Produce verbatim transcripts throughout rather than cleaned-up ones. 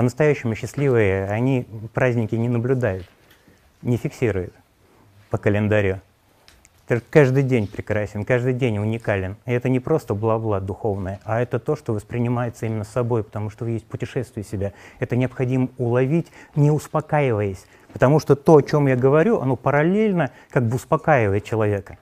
По-настоящему счастливые они праздники не наблюдают, не фиксируют по календарю. Каждый день прекрасен, каждый день уникален. И это не просто бла-бла духовное, а это то, что воспринимается именно собой, потому что есть путешествие себя. Это необходимо уловить, не успокаиваясь. Потому что то, о чем я говорю, оно параллельно как бы успокаивает человека.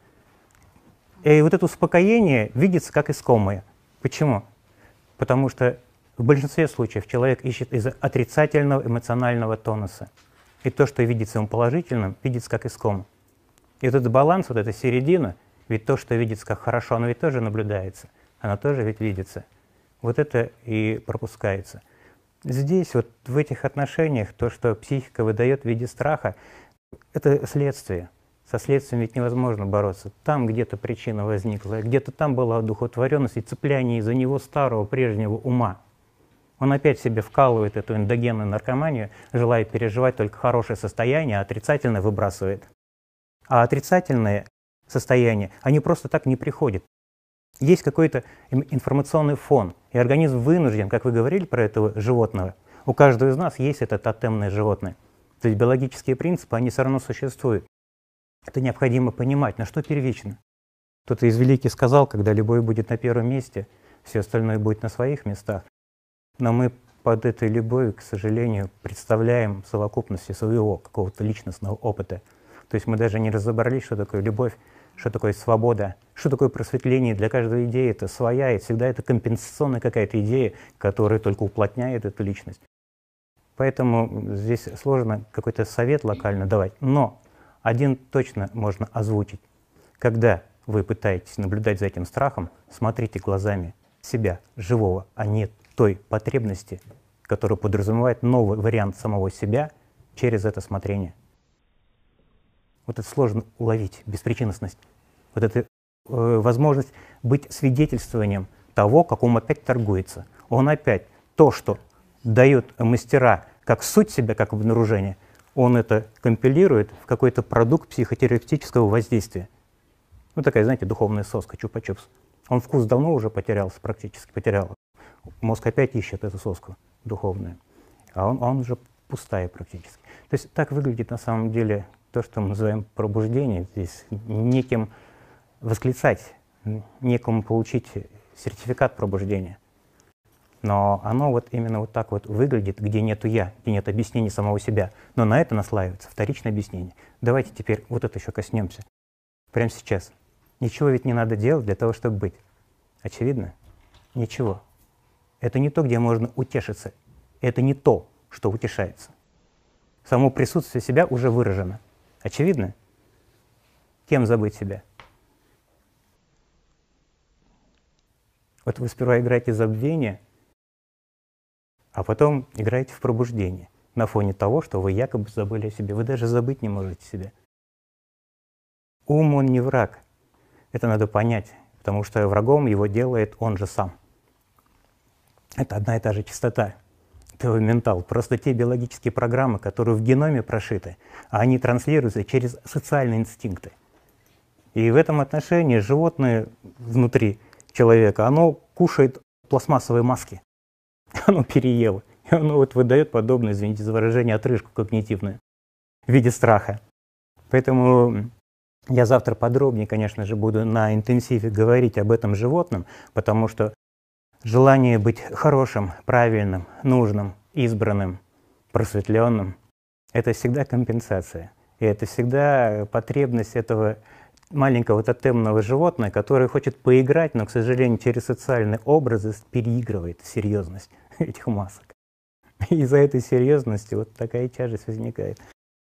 И вот это успокоение видится как искомое. Почему? Потому что в большинстве случаев человек ищет из-за отрицательного эмоционального тонуса. И то, что видится ему положительным, видится как искомое. И вот этот баланс, вот эта середина, ведь то, что видится как хорошо, оно ведь тоже наблюдается, оно тоже ведь видится. Вот это и пропускается. Здесь, вот в этих отношениях, то, что психика выдает в виде страха, это следствие. Со следствием ведь невозможно бороться. Там где-то причина возникла, где-то там была одухотворенность и цепляние из-за него старого, прежнего ума. Он опять себе вкалывает эту эндогенную наркоманию, желая переживать только хорошее состояние, а отрицательное выбрасывает. А отрицательные состояния, они просто так не приходят. Есть какой-то информационный фон, и организм вынужден, как вы говорили про этого животного, у каждого из нас есть это тотемное животное. То есть биологические принципы, они все равно существуют. Это необходимо понимать, на что первично. Кто-то из великих сказал, когда любовь будет на первом месте, все остальное будет на своих местах. Но мы под этой любовью, к сожалению, представляем совокупности своего какого-то личностного опыта. То есть мы даже не разобрались, что такое любовь, что такое свобода, что такое просветление. Для каждой идеи это своя, и всегда это компенсационная какая-то идея, которая только уплотняет эту личность. Поэтому здесь сложно какой-то совет локально давать. Но один точно можно озвучить. Когда вы пытаетесь наблюдать за этим страхом, смотрите глазами себя, живого, а не той потребности, которая подразумевает новый вариант самого себя через это смотрение. Вот это сложно уловить, беспричинность. Вот эта э, возможность быть свидетельствованием того, как он опять торгуется. Он опять то, что дает мастера как суть себя, как обнаружение, он это компилирует в какой-то продукт психотерапевтического воздействия. Ну такая, знаете, духовная соска, чупа-чупс. Он вкус давно уже потерялся, практически потерял. Мозг опять ищет эту соску духовную, а он, он уже пустая практически. То есть так выглядит на самом деле то, что мы называем пробуждение, здесь неким восклицать, некому получить сертификат пробуждения. Но оно вот именно вот так вот выглядит, где нету «я», где нет объяснений самого себя. Но на это наслаивается вторичное объяснение. Давайте теперь вот это еще коснемся. Прямо сейчас. Ничего ведь не надо делать для того, чтобы быть. Очевидно? Ничего. Это не то, где можно утешиться. Это не то, что утешается. Само присутствие себя уже выражено. Очевидно? Кем забыть себя? Вот вы сперва играете в забвение, а потом играете в пробуждение на фоне того, что вы якобы забыли о себе. Вы даже забыть не можете себя. Ум, он не враг. Это надо понять, потому что врагом его делает он же сам. Это одна и та же частота. Это ментал. Просто те биологические программы, которые в геноме прошиты, они транслируются через социальные инстинкты. И в этом отношении животное внутри человека, оно кушает пластмассовые маски. Оно переело. И оно вот выдает подобное, извините за выражение, отрыжку когнитивную в виде страха. Поэтому я завтра подробнее, конечно же, буду на интенсиве говорить об этом животном, потому что желание быть хорошим, правильным, нужным, избранным, просветленным — это всегда компенсация. И это всегда потребность этого маленького тотемного животного, которое хочет поиграть, но, к сожалению, через социальные образы переигрывает серьезность этих масок. И из-за этой серьезности вот такая тяжесть возникает.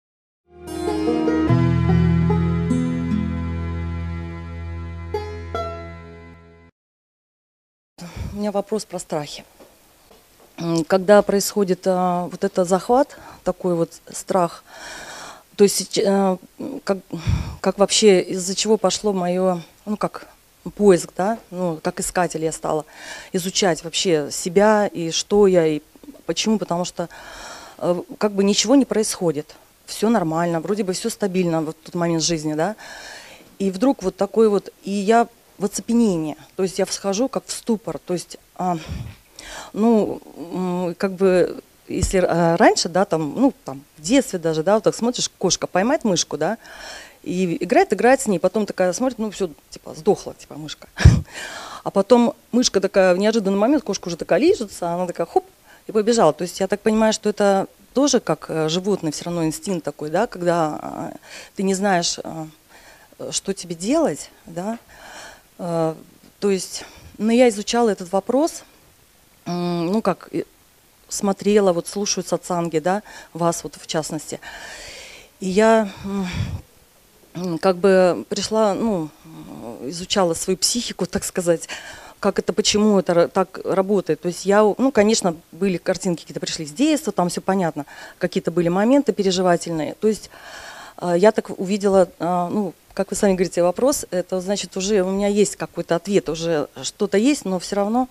У меня вопрос про страхи. Когда происходит а, вот этот захват, такой вот страх, то есть а, как, как вообще, из-за чего пошло мое, ну как поиск, да, ну как искатель я стала изучать вообще себя и что я, и почему, потому что а, как бы ничего не происходит, все нормально, вроде бы все стабильно в тот момент жизни, да, и вдруг вот такой вот, и я в оцепенении, то есть я всхожу как в ступор, то есть, а, ну, как бы если э, раньше, да, там, ну, там, в детстве даже, да, вот так смотришь, кошка поймает мышку, да, и играет, играет с ней, потом такая смотрит, ну, все, типа, сдохла, типа, мышка. А потом мышка такая, в неожиданный момент, кошка уже такая лижется, она такая, хоп, и побежала. То есть я так понимаю, что это тоже как животное, все равно инстинкт такой, да, когда ты не знаешь, что тебе делать, да. То есть, ну, я изучала этот вопрос, ну, как смотрела, вот слушаю сатсанги, да, вас вот в частности. И я как бы пришла, ну, изучала свою психику, так сказать, как это, почему это так работает. То есть я, ну, конечно, были картинки, какие-то пришли с детства, там все понятно, какие-то были моменты переживательные. То есть я так увидела, ну, как вы сами говорите, вопрос, это значит уже у меня есть какой-то ответ, уже что-то есть, но все равно,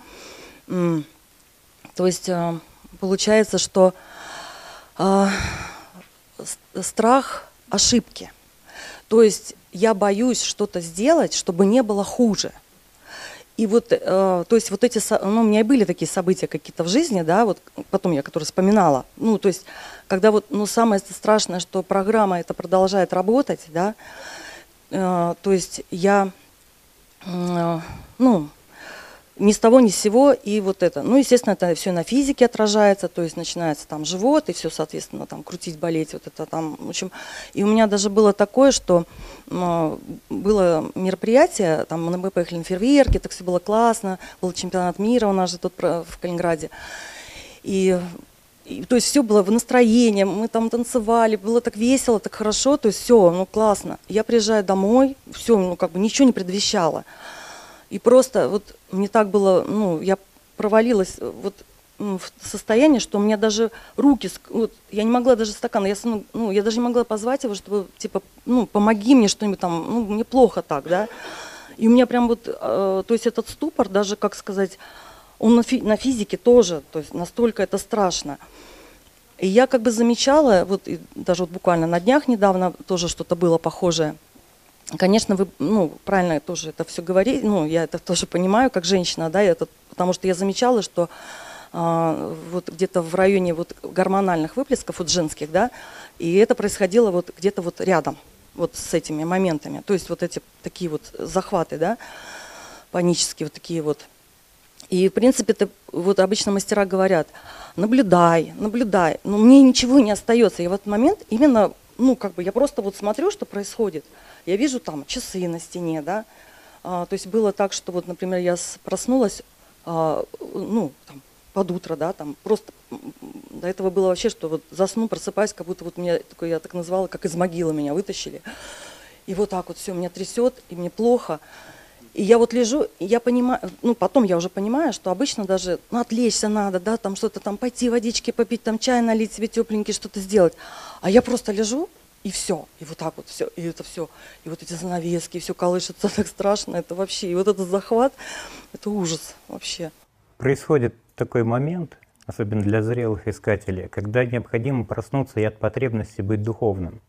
то есть получается, что страх ошибки. То есть я боюсь что-то сделать, чтобы не было хуже. И вот, э, то есть вот эти, ну, у меня и были такие события какие-то в жизни, да, вот потом я, которые вспоминала. Ну, то есть, когда вот, ну, самое страшное, что программа эта продолжает работать, да, э, то есть я, э, ну, ни с того, ни с сего, и вот это. Ну, естественно, это все на физике отражается, то есть начинается там живот, и все, соответственно, там крутить, болеть, вот это там, в общем. И у меня даже было такое, что э, было мероприятие, там мы поехали на фейерверки, так все было классно, был чемпионат мира у нас же тут в Калининграде. И, и то есть все было в настроении, мы там танцевали, было так весело, так хорошо, то есть все, ну, классно. Я приезжаю домой, все, ну, как бы ничего не предвещало. И просто вот мне так было, ну, я провалилась вот в состояние, что у меня даже руки, вот, я не могла даже стакан, я, ну, я даже не могла позвать его, чтобы, типа, ну, помоги мне что-нибудь там, ну, мне плохо так, да. И у меня прям вот, э, то есть этот ступор, даже, как сказать, он на, фи на физике тоже, то есть настолько это страшно. И я как бы замечала, вот и даже вот буквально на днях недавно тоже что-то было похожее. Конечно, вы, ну, правильно тоже это все говорите, ну, я это тоже понимаю, как женщина, да, это, потому что я замечала, что а, вот где-то в районе вот гормональных выплесков, вот женских, да, и это происходило вот где-то вот рядом, вот с этими моментами, то есть вот эти такие вот захваты, да, панические вот такие вот. И, в принципе, это, вот обычно мастера говорят, наблюдай, наблюдай, но мне ничего не остается, и в этот момент именно, ну, как бы я просто вот смотрю, что происходит. Я вижу там часы на стене, да, а, то есть было так, что вот, например, я проснулась, а, ну, там, под утро, да, там, просто до этого было вообще, что вот засну, просыпаюсь, как будто вот меня, такое, я так назвала, как из могилы меня вытащили, и вот так вот все меня трясет, и мне плохо, и я вот лежу, и я понимаю, ну, потом я уже понимаю, что обычно даже, ну, отвлечься надо, да, там что-то там, пойти водички попить, там чай налить себе тепленький, что-то сделать, а я просто лежу, и все, и вот так вот все, и это все, и вот эти занавески, все колышется так страшно, это вообще, и вот этот захват, это ужас вообще. Происходит такой момент, особенно для зрелых искателей, когда необходимо проснуться и от потребности быть духовным,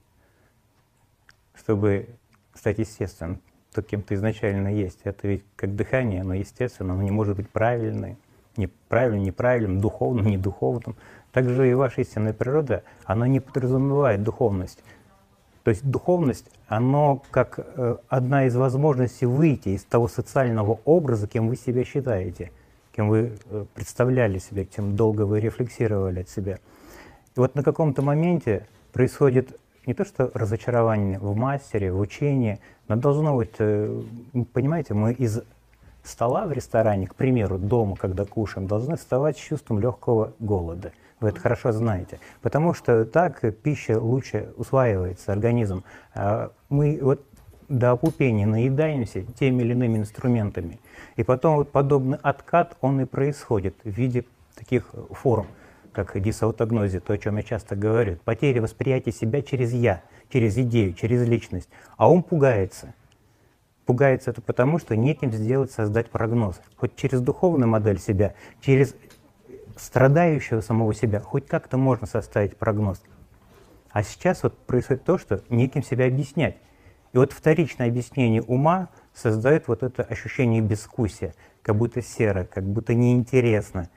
чтобы стать естественным, то, кем ты изначально есть. Это ведь как дыхание, оно естественно, оно не может быть правильным, неправильным, неправильным, духовным, недуховным. Также и ваша истинная природа, она не подразумевает духовность. То есть духовность, оно как э, одна из возможностей выйти из того социального образа, кем вы себя считаете, кем вы э, представляли себя, чем долго вы рефлексировали от себя. И вот на каком-то моменте происходит не то что разочарование в мастере, в учении, но должно быть, э, понимаете, мы из стола в ресторане, к примеру, дома, когда кушаем, должны вставать с чувством легкого голода. Вы это хорошо знаете. Потому что так пища лучше усваивается, организм. Мы вот до опупения наедаемся теми или иными инструментами. И потом вот подобный откат, он и происходит в виде таких форм, как дисаутогнозия, то, о чем я часто говорю. Потеря восприятия себя через «я», через идею, через личность. А ум пугается. Пугается это потому, что неким сделать, создать прогноз. Хоть через духовную модель себя, через страдающего самого себя, хоть как-то можно составить прогноз. А сейчас вот происходит то, что неким себя объяснять. И вот вторичное объяснение ума создает вот это ощущение безвкусия, как будто серо, как будто неинтересно.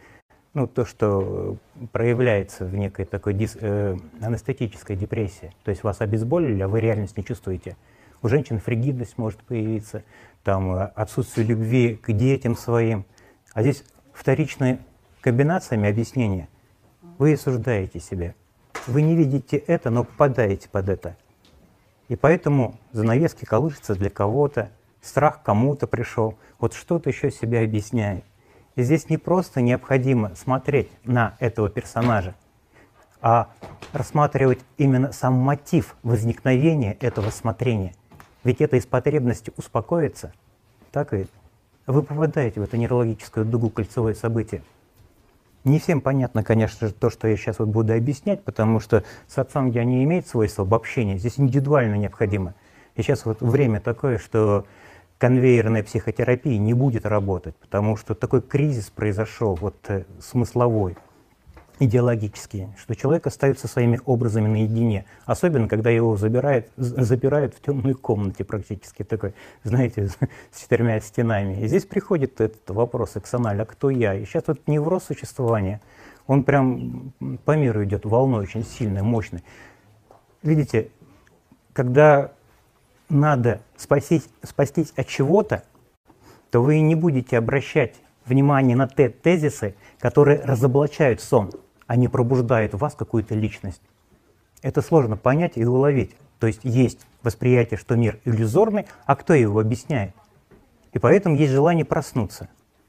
ну, то, что проявляется в некой такой дис, э, анестетической депрессии. То есть вас обезболили, а вы реальность не чувствуете. У женщин фригидность может появиться, там, отсутствие любви к детям своим. А здесь вторичные комбинациями объяснения вы осуждаете себя. Вы не видите это, но попадаете под это. И поэтому занавески колышутся для кого-то, страх кому-то пришел, вот что-то еще себя объясняет. И здесь не просто необходимо смотреть на этого персонажа, а рассматривать именно сам мотив возникновения этого смотрения. Ведь это из потребности успокоиться, так ведь? Вы попадаете в эту нейрологическую дугу, кольцевое событие. Не всем понятно, конечно же, то, что я сейчас вот буду объяснять, потому что сатсанги не имеет свойства обобщения, здесь индивидуально необходимо. И сейчас вот время такое, что конвейерная психотерапия не будет работать, потому что такой кризис произошел, вот э, смысловой, идеологический, что человек остается своими образами наедине, особенно когда его забирают, запирают в темной комнате практически, такой, знаете, с четырьмя стенами. И здесь приходит этот вопрос эксональ, а кто я? И сейчас вот невроз существования, он прям по миру идет волной очень сильной, мощной. Видите, когда надо спастись, спастись от чего-то, то вы не будете обращать внимание на те тезисы, которые разоблачают сон. Они пробуждают в вас какую-то личность. Это сложно понять и уловить. То есть есть восприятие, что мир иллюзорный, а кто его объясняет? И поэтому есть желание проснуться.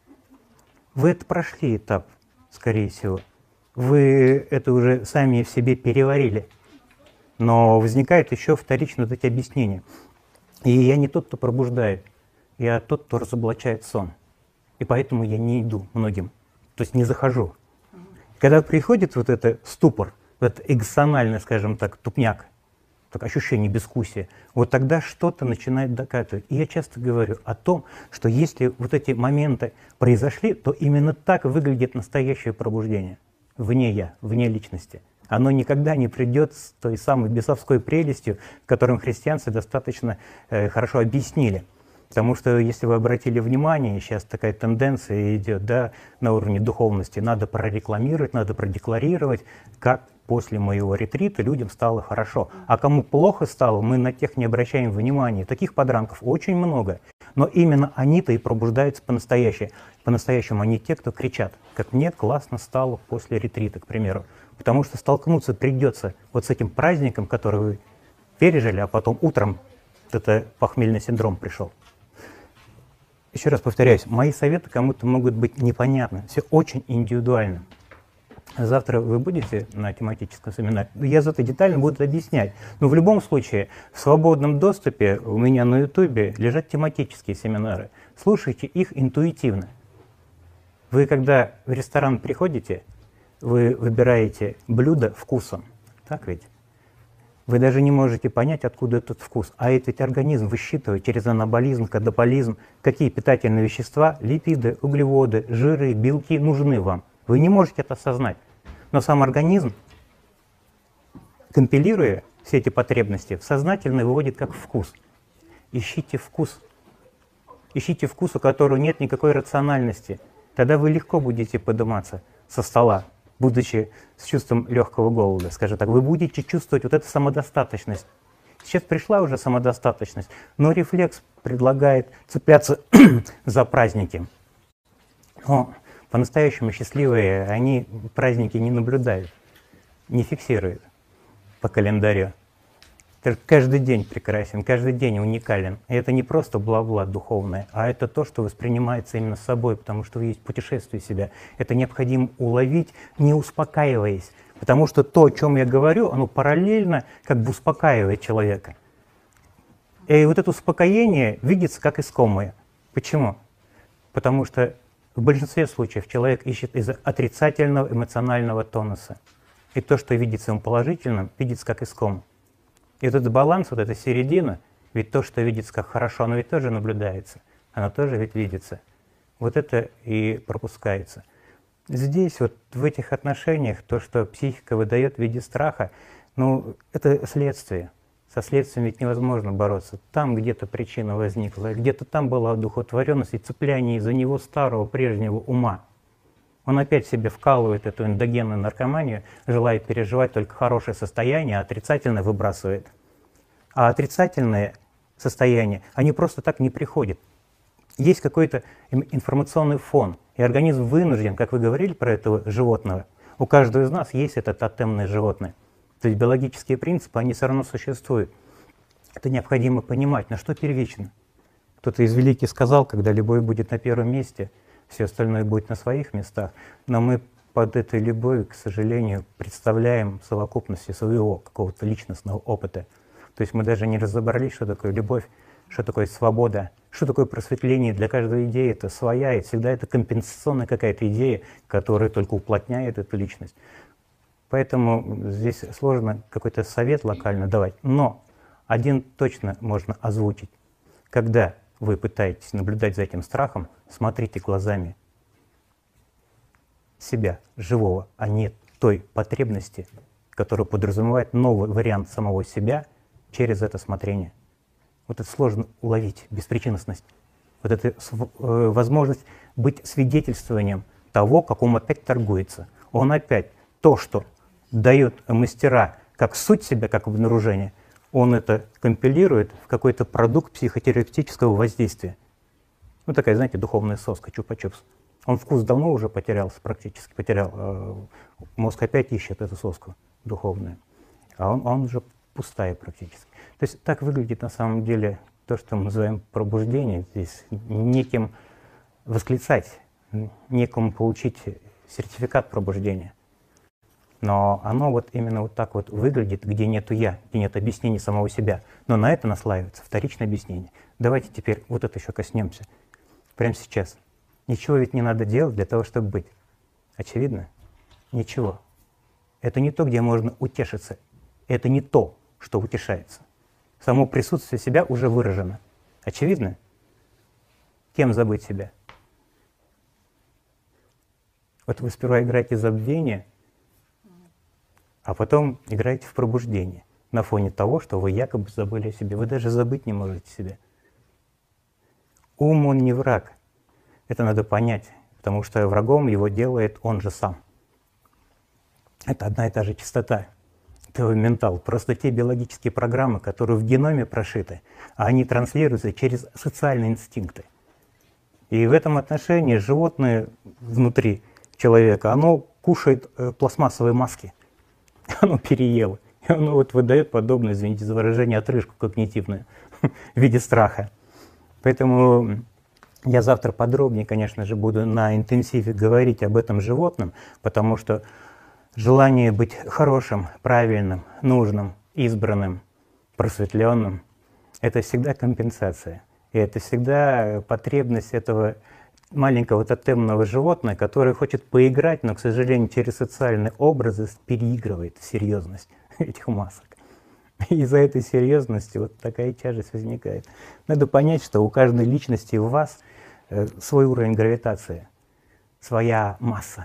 Вы это прошли этап, скорее всего. Вы это уже сами в себе переварили. Но возникает еще вторично вот эти объяснения. И я не тот, кто пробуждает, я тот, кто разоблачает сон. И поэтому я не иду многим, то есть не захожу. Когда приходит вот этот ступор, вот этот экзоциональный, скажем так, тупняк, так, ощущение безвкусия, вот тогда что-то начинает докатывать. И я часто говорю о том, что если вот эти моменты произошли, то именно так выглядит настоящее пробуждение. Вне я, вне личности. Оно никогда не придет с той самой бесовской прелестью, которую христианцы достаточно э, хорошо объяснили. Потому что, если вы обратили внимание, сейчас такая тенденция идет, да, на уровне духовности, надо прорекламировать, надо продекларировать, как после моего ретрита людям стало хорошо. А кому плохо стало, мы на тех не обращаем внимания. Таких подранков очень много. Но именно они-то и пробуждаются по-настоящему. По-настоящему они те, кто кричат, как мне классно стало после ретрита, к примеру. Потому что столкнуться придется вот с этим праздником, который вы пережили, а потом утром это похмельный синдром пришел. Еще раз повторяюсь, мои советы кому-то могут быть непонятны, все очень индивидуально. Завтра вы будете на тематическом семинаре, я зато детально буду объяснять. Но в любом случае, в свободном доступе у меня на ютубе лежат тематические семинары. Слушайте их интуитивно. Вы когда в ресторан приходите, вы выбираете блюдо вкусом, так ведь? Вы даже не можете понять, откуда этот вкус. А этот организм высчитывает через анаболизм, катаболизм, какие питательные вещества, липиды, углеводы, жиры, белки нужны вам. Вы не можете это осознать. Но сам организм, компилируя все эти потребности, сознательно выводит как вкус. Ищите вкус. Ищите вкус, у которого нет никакой рациональности. Тогда вы легко будете подниматься со стола, будучи с чувством легкого голода, скажем так. Вы будете чувствовать вот эту самодостаточность. Сейчас пришла уже самодостаточность, но рефлекс предлагает цепляться за праздники. Но по-настоящему счастливые они праздники не наблюдают, не фиксируют по календарю. Каждый день прекрасен, каждый день уникален. И это не просто бла-бла духовное, а это то, что воспринимается именно собой, потому что есть путешествие себя. Это необходимо уловить, не успокаиваясь. Потому что то, о чем я говорю, оно параллельно как бы успокаивает человека. И вот это успокоение видится как искомое. Почему? Потому что в большинстве случаев человек ищет из-за отрицательного эмоционального тонуса. И то, что видится ему положительным, видится как искомое. И вот этот баланс, вот эта середина, ведь то, что видится как хорошо, оно ведь тоже наблюдается, оно тоже ведь видится. Вот это и пропускается. Здесь, вот в этих отношениях, то, что психика выдает в виде страха, ну, это следствие. Со следствием ведь невозможно бороться. Там где-то причина возникла, где-то там была одухотворенность и цепляние за него старого, прежнего ума. Он опять себе вкалывает эту эндогенную наркоманию, желая переживать только хорошее состояние, а отрицательное выбрасывает. А отрицательные состояния, они просто так не приходят. Есть какой-то информационный фон, и организм вынужден, как вы говорили про этого животного, у каждого из нас есть это тотемное животное. То есть биологические принципы, они все равно существуют. Это необходимо понимать, на что первично. Кто-то из великих сказал, когда любовь будет на первом месте, все остальное будет на своих местах. Но мы под этой любовью, к сожалению, представляем совокупности своего какого-то личностного опыта. То есть мы даже не разобрались, что такое любовь, что такое свобода, что такое просветление. Для каждой идеи это своя, и всегда это компенсационная какая-то идея, которая только уплотняет эту личность. Поэтому здесь сложно какой-то совет локально давать. Но один точно можно озвучить. Когда вы пытаетесь наблюдать за этим страхом, смотрите глазами себя, живого, а не той потребности, которая подразумевает новый вариант самого себя через это смотрение. Вот это сложно уловить, беспричинность. Вот эта э, возможность быть свидетельствованием того, как он опять торгуется. Он опять то, что дает мастера как суть себя, как обнаружение, он это компилирует в какой-то продукт психотерапевтического воздействия. Ну, такая, знаете, духовная соска, чупа-чупс. Он вкус давно уже потерялся, практически потерял. Мозг опять ищет эту соску духовную. А он, он уже пустая практически. То есть так выглядит на самом деле то, что мы называем пробуждение. Здесь неким восклицать, некому получить сертификат пробуждения. Но оно вот именно вот так вот выглядит, где нету «я», где нет объяснений самого себя. Но на это наслаивается вторичное объяснение. Давайте теперь вот это еще коснемся. Прямо сейчас. Ничего ведь не надо делать для того, чтобы быть. Очевидно? Ничего. Это не то, где можно утешиться. Это не то, что утешается. Само присутствие себя уже выражено. Очевидно? Кем забыть себя? Вот вы сперва играете забвение, а потом играете в пробуждение на фоне того, что вы якобы забыли о себе. Вы даже забыть не можете себя. Ум, он не враг. Это надо понять, потому что врагом его делает он же сам. Это одна и та же частота. Это ментал. Просто те биологические программы, которые в геноме прошиты, они транслируются через социальные инстинкты. И в этом отношении животное внутри человека, оно кушает э, пластмассовые маски. Оно переело. И оно вот выдает подобное, извините за выражение, отрыжку когнитивную в виде страха. Поэтому я завтра подробнее, конечно же, буду на интенсиве говорить об этом животном, потому что желание быть хорошим, правильным, нужным, избранным, просветленным — это всегда компенсация. И это всегда потребность этого маленького тотемного животного, которое хочет поиграть, но, к сожалению, через социальные образы переигрывает серьезность этих масок. И из-за этой серьезности вот такая тяжесть возникает. Надо понять, что у каждой личности в вас э, свой уровень гравитации, своя масса.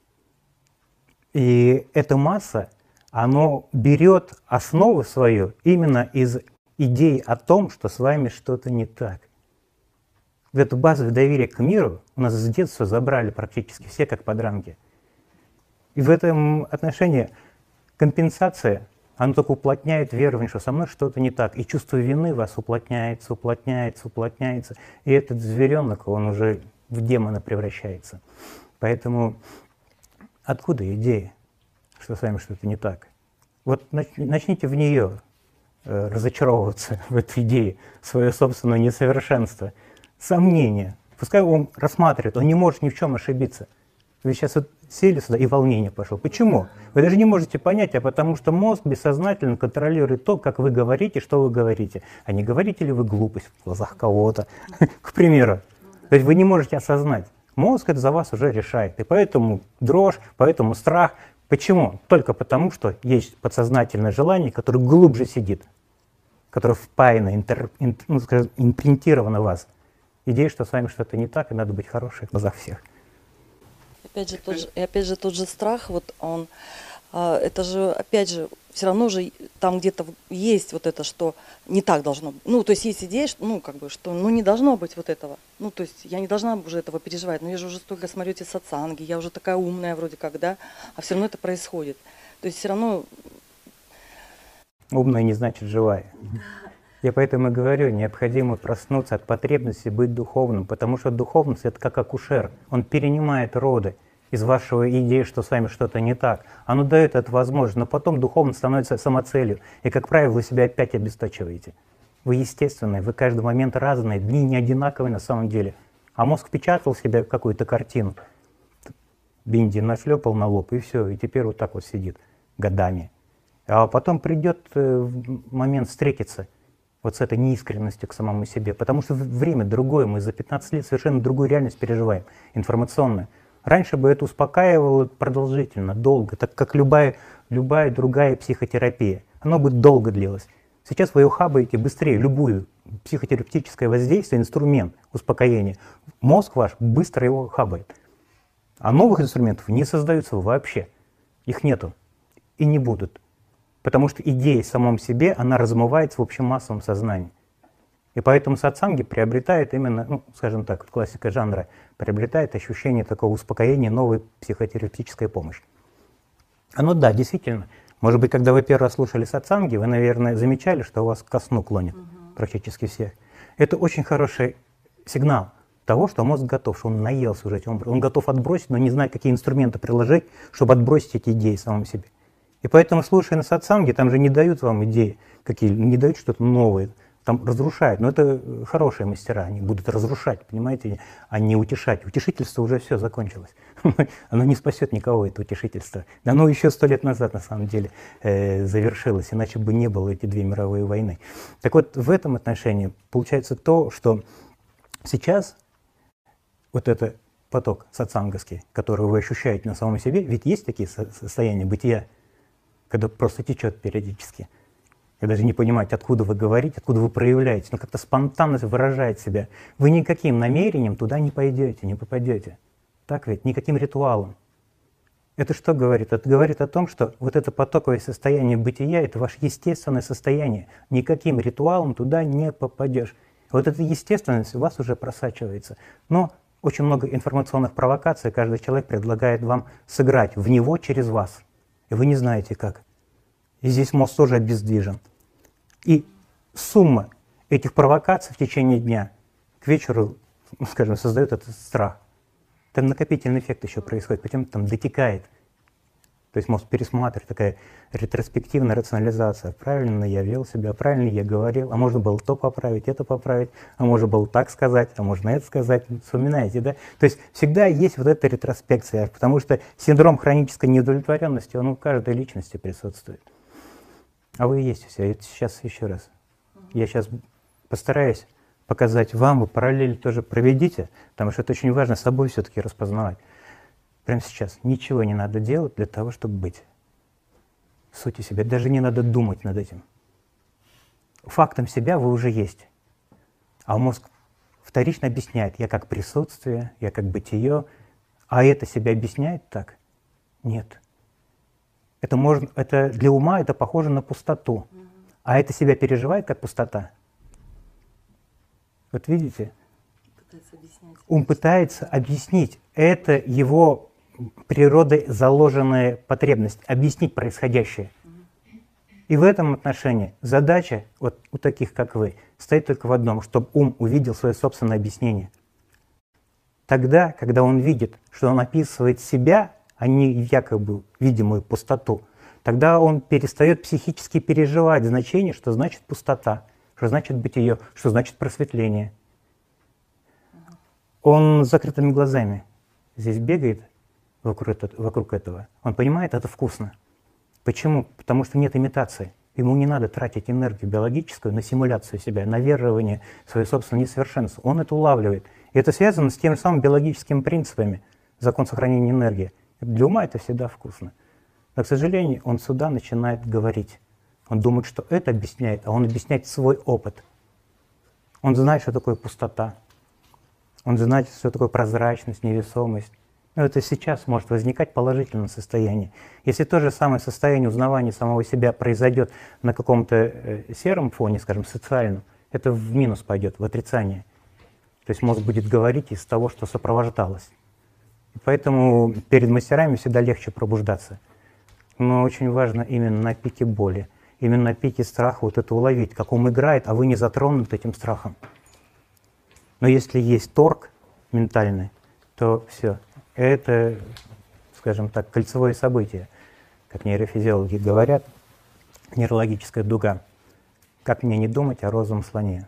И эта масса, она берет основу свою именно из идеи о том, что с вами что-то не так. Эту базу доверия к миру у нас с детства забрали практически все, как подранки. И в этом отношении компенсация, она только уплотняет верование, что со мной что-то не так. И чувство вины вас уплотняется, уплотняется, уплотняется. И этот зверенок, он уже в демона превращается. Поэтому откуда идея, что с вами что-то не так? Вот начните в нее э, разочаровываться, в эту идею, свое собственное несовершенство. Сомнение. Пускай он рассматривает, он не может ни в чем ошибиться. Вы сейчас вот сели сюда, и волнение пошло. Почему? Вы даже не можете понять, а потому что мозг бессознательно контролирует то, как вы говорите, что вы говорите. А не говорите ли вы глупость в глазах кого-то, к примеру. То есть вы не можете осознать. Мозг это за вас уже решает. И поэтому дрожь, поэтому страх. Почему? Только потому, что есть подсознательное желание, которое глубже сидит, которое впаяно, интер, ин, ну, скажем, импринтировано в вас. Идея, что с вами что-то не так, и надо быть хорошей в глазах всех. Опять же, тот же, и опять же, тот же страх, вот он, а, это же, опять же, все равно же там где-то есть вот это, что не так должно быть. Ну, то есть есть идея, что, ну, как бы, что, ну, не должно быть вот этого. Ну, то есть я не должна уже этого переживать. Но я же уже столько смотрю эти сатсанги, я уже такая умная вроде как, да, а все равно это происходит. То есть все равно... Умная не значит живая. Я поэтому и говорю, необходимо проснуться от потребности быть духовным, потому что духовность — это как акушер. Он перенимает роды из вашего идеи, что с вами что-то не так. Оно дает эту возможность, но потом духовность становится самоцелью. И, как правило, вы себя опять обесточиваете. Вы естественные, вы каждый момент разные, дни не одинаковые на самом деле. А мозг впечатал в себя какую-то картину, бинди нашлепал на лоб, и все, и теперь вот так вот сидит годами. А потом придет момент встретиться вот с этой неискренностью к самому себе. Потому что время другое, мы за пятнадцать лет совершенно другую реальность переживаем, информационную. Раньше бы это успокаивало продолжительно, долго, так как любая, любая другая психотерапия. Оно бы долго длилось. Сейчас вы ухабаете быстрее любую психотерапевтическое воздействие, инструмент успокоения. Мозг ваш быстро его хабает. А новых инструментов не создаются вообще. Их нету и не будут. Потому что идея в самом себе, она размывается в общемассовом сознании. И поэтому сатсанги приобретает именно, ну, скажем так, классика жанра, приобретает ощущение такого успокоения, новой психотерапевтической помощи. Оно, да, действительно. Может быть, когда вы первый раз слушали сатсанги, вы, наверное, замечали, что у вас ко сну клонит угу. практически всех. Это очень хороший сигнал того, что мозг готов, что он наелся уже. Он, он готов отбросить, но не знает, какие инструменты приложить, чтобы отбросить эти идеи самому себе. И поэтому, слушая на сатсанге, там же не дают вам идеи, какие, не дают что-то новое, там разрушают. Но это хорошие мастера, они будут разрушать, понимаете, а не утешать. Утешительство уже все закончилось. Оно не спасет никого, это утешительство. Оно еще сто лет назад, на самом деле, э, завершилось, иначе бы не было эти две мировые войны. Так вот, в этом отношении получается то, что сейчас вот этот поток сатсанговский, который вы ощущаете на самом себе, ведь есть такие состояния бытия, когда просто течет периодически. Вы даже не понимаете, откуда вы говорите, откуда вы проявляете, но как-то спонтанно выражает себя. Вы никаким намерением туда не пойдете, не попадете. Так ведь? Никаким ритуалом. Это что говорит? Это говорит о том, что вот это потоковое состояние бытия — это ваше естественное состояние. Никаким ритуалом туда не попадешь. Вот эта естественность у вас уже просачивается. Но очень много информационных провокаций каждый человек предлагает вам сыграть в него через вас. И вы не знаете как. И здесь мозг тоже обездвижен. И сумма этих провокаций в течение дня к вечеру, скажем, создает этот страх. Там накопительный эффект еще происходит, потом там дотекает. То есть мозг пересматривает, такая ретроспективная рационализация. Правильно я вел себя, правильно я говорил, а можно было то поправить, это поправить, а можно было так сказать, а можно это сказать. Вспоминаете, да? То есть всегда есть вот эта ретроспекция, потому что синдром хронической неудовлетворенности, он у каждой личности присутствует. А вы и есть все. Это сейчас еще раз. Я сейчас постараюсь показать вам, вы параллель тоже проведите, потому что это очень важно, с собой все-таки распознавать. Прямо сейчас ничего не надо делать для того, чтобы быть в сути себя. Даже не надо думать над этим. Фактом себя вы уже есть. А мозг вторично объясняет, я как присутствие, я как бытие. А это себя объясняет так? Нет. Это, можно, это для ума это похоже на пустоту. А это себя переживает как пустота. Вот видите? Ум пытается объяснить. Это его природой заложенная потребность, объяснить происходящее. И в этом отношении задача вот у таких, как вы, стоит только в одном, чтобы ум увидел свое собственное объяснение. Тогда, когда он видит, что он описывает себя, а не якобы видимую пустоту, тогда он перестает психически переживать значение, что значит пустота, что значит бытие, что значит просветление. Он с закрытыми глазами здесь бегает вокруг, вокруг этого. Он понимает, это вкусно. Почему? Потому что нет имитации. Ему не надо тратить энергию биологическую на симуляцию себя, на верование в свое собственное несовершенство. Он это улавливает. И это связано с теми же самыми биологическими принципами. Закон сохранения энергии. Для ума это всегда вкусно. Но, к сожалению, он сюда начинает говорить. Он думает, что это объясняет, а он объясняет свой опыт. Он знает, что такое пустота. Он знает, что такое прозрачность, невесомость. Но это сейчас может возникать положительное состояние. Если то же самое состояние узнавания самого себя произойдет на каком-то сером фоне, скажем, социальном, это в минус пойдет, в отрицание. То есть мозг будет говорить из того, что сопровождалось. И поэтому перед мастерами всегда легче пробуждаться. Но очень важно именно на пике боли, именно на пике страха вот это уловить, как он играет, а вы не затронуты этим страхом. Но если есть торг ментальный, то все. Это, скажем так, кольцевое событие, как нейрофизиологи говорят, нейрологическая дуга. Как мне не думать о розовом слоне?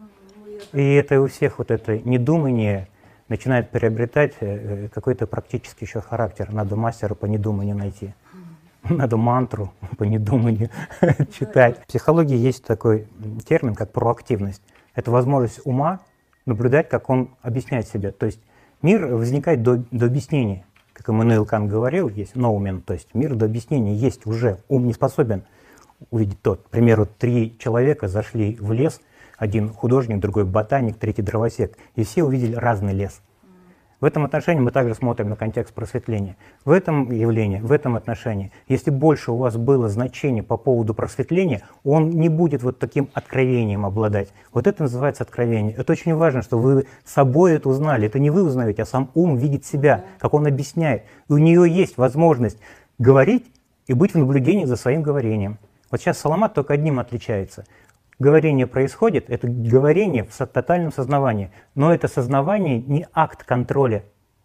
И это у всех вот это недумание начинает приобретать какой-то практический еще характер. Надо мастера по недуманию найти. Надо мантру по недуманию читать. В психологии есть такой термин, как проактивность. Это возможность ума наблюдать, как он объясняет себя. То есть мир возникает до, до объяснения. Как Иммануил Кант говорил, есть ноумен, то есть мир до объяснения есть уже. Ум не способен увидеть тот. К примеру, три человека зашли в лес, один художник, другой ботаник, третий дровосек, и все увидели разный лес. В этом отношении мы также смотрим на контекст просветления. В этом явлении, в этом отношении, если больше у вас было значений по поводу просветления, он не будет вот таким откровением обладать. Вот это называется откровение. Это очень важно, что вы собой это узнали. Это не вы узнаете, а сам ум видит себя, как он объясняет. И у нее есть возможность говорить и быть в наблюдении за своим говорением. Вот сейчас Саламат только одним отличается. Говорение происходит, это говорение в тотальном сознавании, но это сознавание не акт контроля.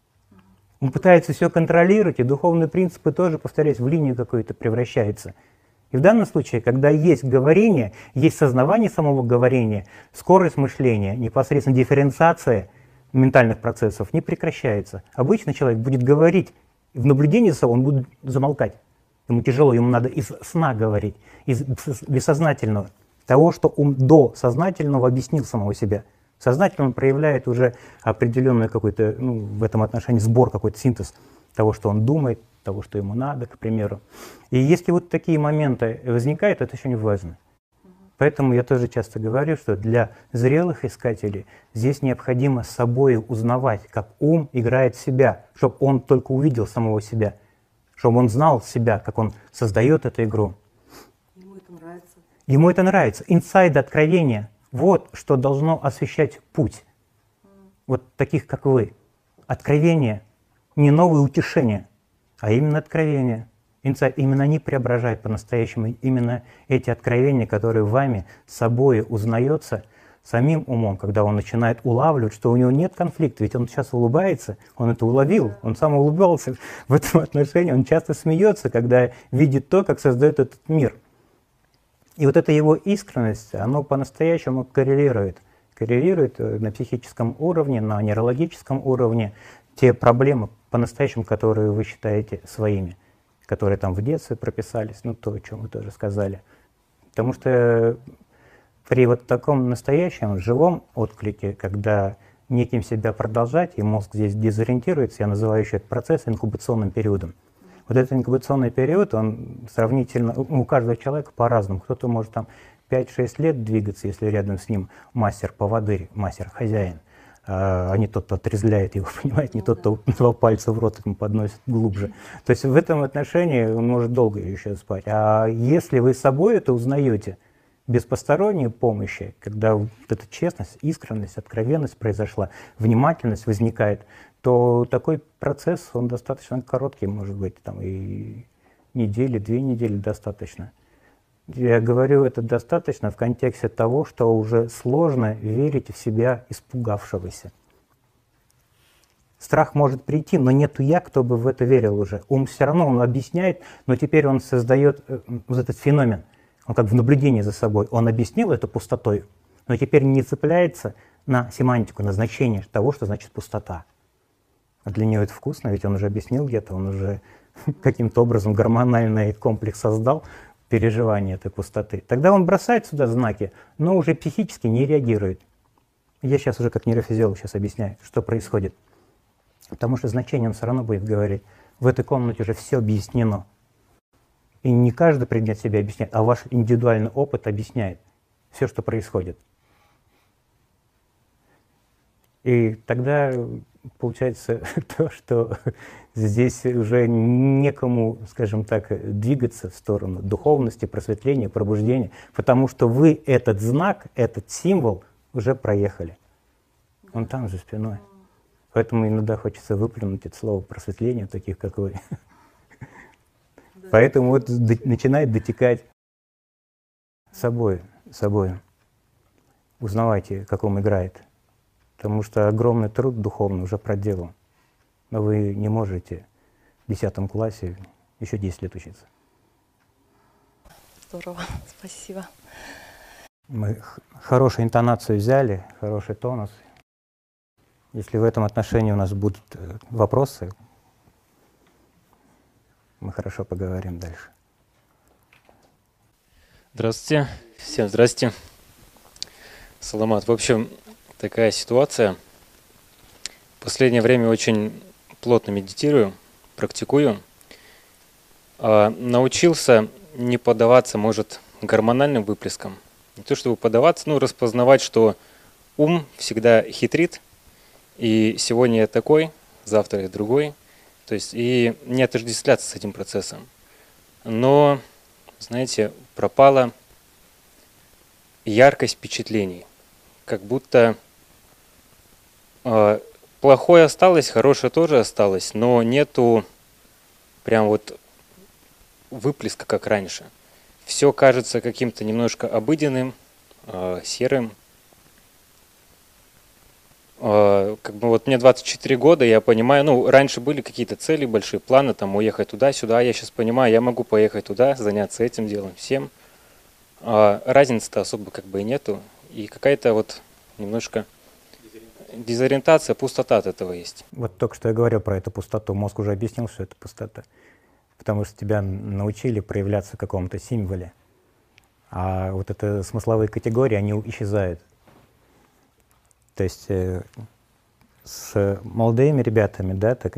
Он пытается все контролировать, и духовные принципы тоже, повторяюсь, в линию какую-то превращаются. И в данном случае, когда есть говорение, есть сознавание самого говорения, скорость мышления, непосредственно дифференциация ментальных процессов не прекращается. Обычно человек будет говорить, в наблюдении за собой он будет замолкать. Ему тяжело, ему надо из сна говорить, из бессознательного. Того, что ум до сознательного объяснил самого себя. Сознательно он проявляет уже определенный какой-то, ну, в этом отношении сбор, какой-то синтез того, что он думает, того, что ему надо, к примеру. И если вот такие моменты возникают, это очень важно. Поэтому я тоже часто говорю, что для зрелых искателей здесь необходимо с собой узнавать, как ум играет в себя, чтобы он только увидел самого себя, чтобы он знал себя, как он создает эту игру. Ему это нравится. Ему это нравится. Инсайд откровения. Вот что должно освещать путь. Вот таких, как вы. Откровение. Не новые утешения, а именно откровение. Инсайд. Именно они преображают по-настоящему. Именно эти откровения, которые вами, собой узнается, самим умом, когда он начинает улавливать, что у него нет конфликта. Ведь он сейчас улыбается, он это уловил, он сам улыбался в этом отношении. Он часто смеется, когда видит то, как создает этот мир. И вот эта его искренность, она по-настоящему коррелирует. Коррелирует на психическом уровне, на нейрологическом уровне те проблемы по-настоящему, которые вы считаете своими, которые там в детстве прописались, ну то, о чем вы тоже сказали. Потому что при вот таком настоящем, живом отклике, когда неким себя продолжать, и мозг здесь дезориентируется, я называю еще этот процесс инкубационным периодом. Вот этот инкубационный период, он сравнительно, у каждого человека по-разному. Кто-то может там пять-шесть лет двигаться, если рядом с ним мастер-поводырь, мастер-хозяин, а не тот, кто отрезвляет его, понимаете, не тот, кто два пальца в рот ему подносит глубже. То есть в этом отношении он может долго еще спать. А если вы собой это узнаете, без посторонней помощи, когда вот эта честность, искренность, откровенность произошла, внимательность возникает, то такой процесс, он достаточно короткий, может быть, там и недели, две недели достаточно. Я говорю, это достаточно в контексте того, что уже сложно верить в себя испугавшегося. Страх может прийти, но нету я, кто бы в это верил уже. Ум все равно, он объясняет, но теперь он создает вот этот феномен. Он как в наблюдении за собой. Он объяснил это пустотой, но теперь не цепляется на семантику, на значение того, что значит пустота. А для него это вкусно, ведь он уже объяснил где-то, он уже каким-то образом гормональный комплекс создал, переживание этой пустоты. Тогда он бросает сюда знаки, но уже психически не реагирует. Я сейчас уже как нейрофизиолог сейчас объясняю, что происходит. Потому что значение он все равно будет говорить. В этой комнате уже все объяснено. И не каждый предмет себя объясняет, а ваш индивидуальный опыт объясняет все, что происходит. И тогда получается то, что здесь уже некому, скажем так, двигаться в сторону духовности, просветления, пробуждения, потому что вы этот знак, этот символ уже проехали. Он там за спиной. Поэтому иногда хочется выплюнуть это слово просветление, таких как вы. Поэтому вот начинает дотекать собой, собой. Узнавайте, как он играет. Потому что огромный труд духовный уже проделан. Но вы не можете в десятом классе еще десять лет учиться. Здорово, спасибо. Мы хорошую интонацию взяли, хороший тонус. Если в этом отношении у нас будут вопросы, мы хорошо поговорим дальше. Здравствуйте. Всем здрасте. Саламат. В общем, такая ситуация. В последнее время очень плотно медитирую, практикую. А научился не поддаваться, может, гормональным выплескам. Не то чтобы поддаваться, но распознавать, что ум всегда хитрит. И сегодня я такой, завтра я другой. То есть и не отождествляться с этим процессом. Но, знаете, пропала яркость впечатлений. Как будто э, плохое осталось, хорошее тоже осталось, но нету прям вот выплеска, как раньше. Все кажется каким-то немножко обыденным, э, серым. Э, как бы вот мне двадцать четыре года, я понимаю, ну, раньше были какие-то цели, большие планы, там, уехать туда-сюда, я сейчас понимаю, я могу поехать туда, заняться этим делом, всем. Э, разницы-то особо как бы и нету. И какая-то вот немножко дезориентация. дезориентация, пустота от этого есть. Вот только что я говорил про эту пустоту. Мозг уже объяснил, что это пустота. Потому что тебя научили проявляться в каком-то символе. А вот это смысловые категории, они исчезают. То есть э, с молодыми ребятами, да, так,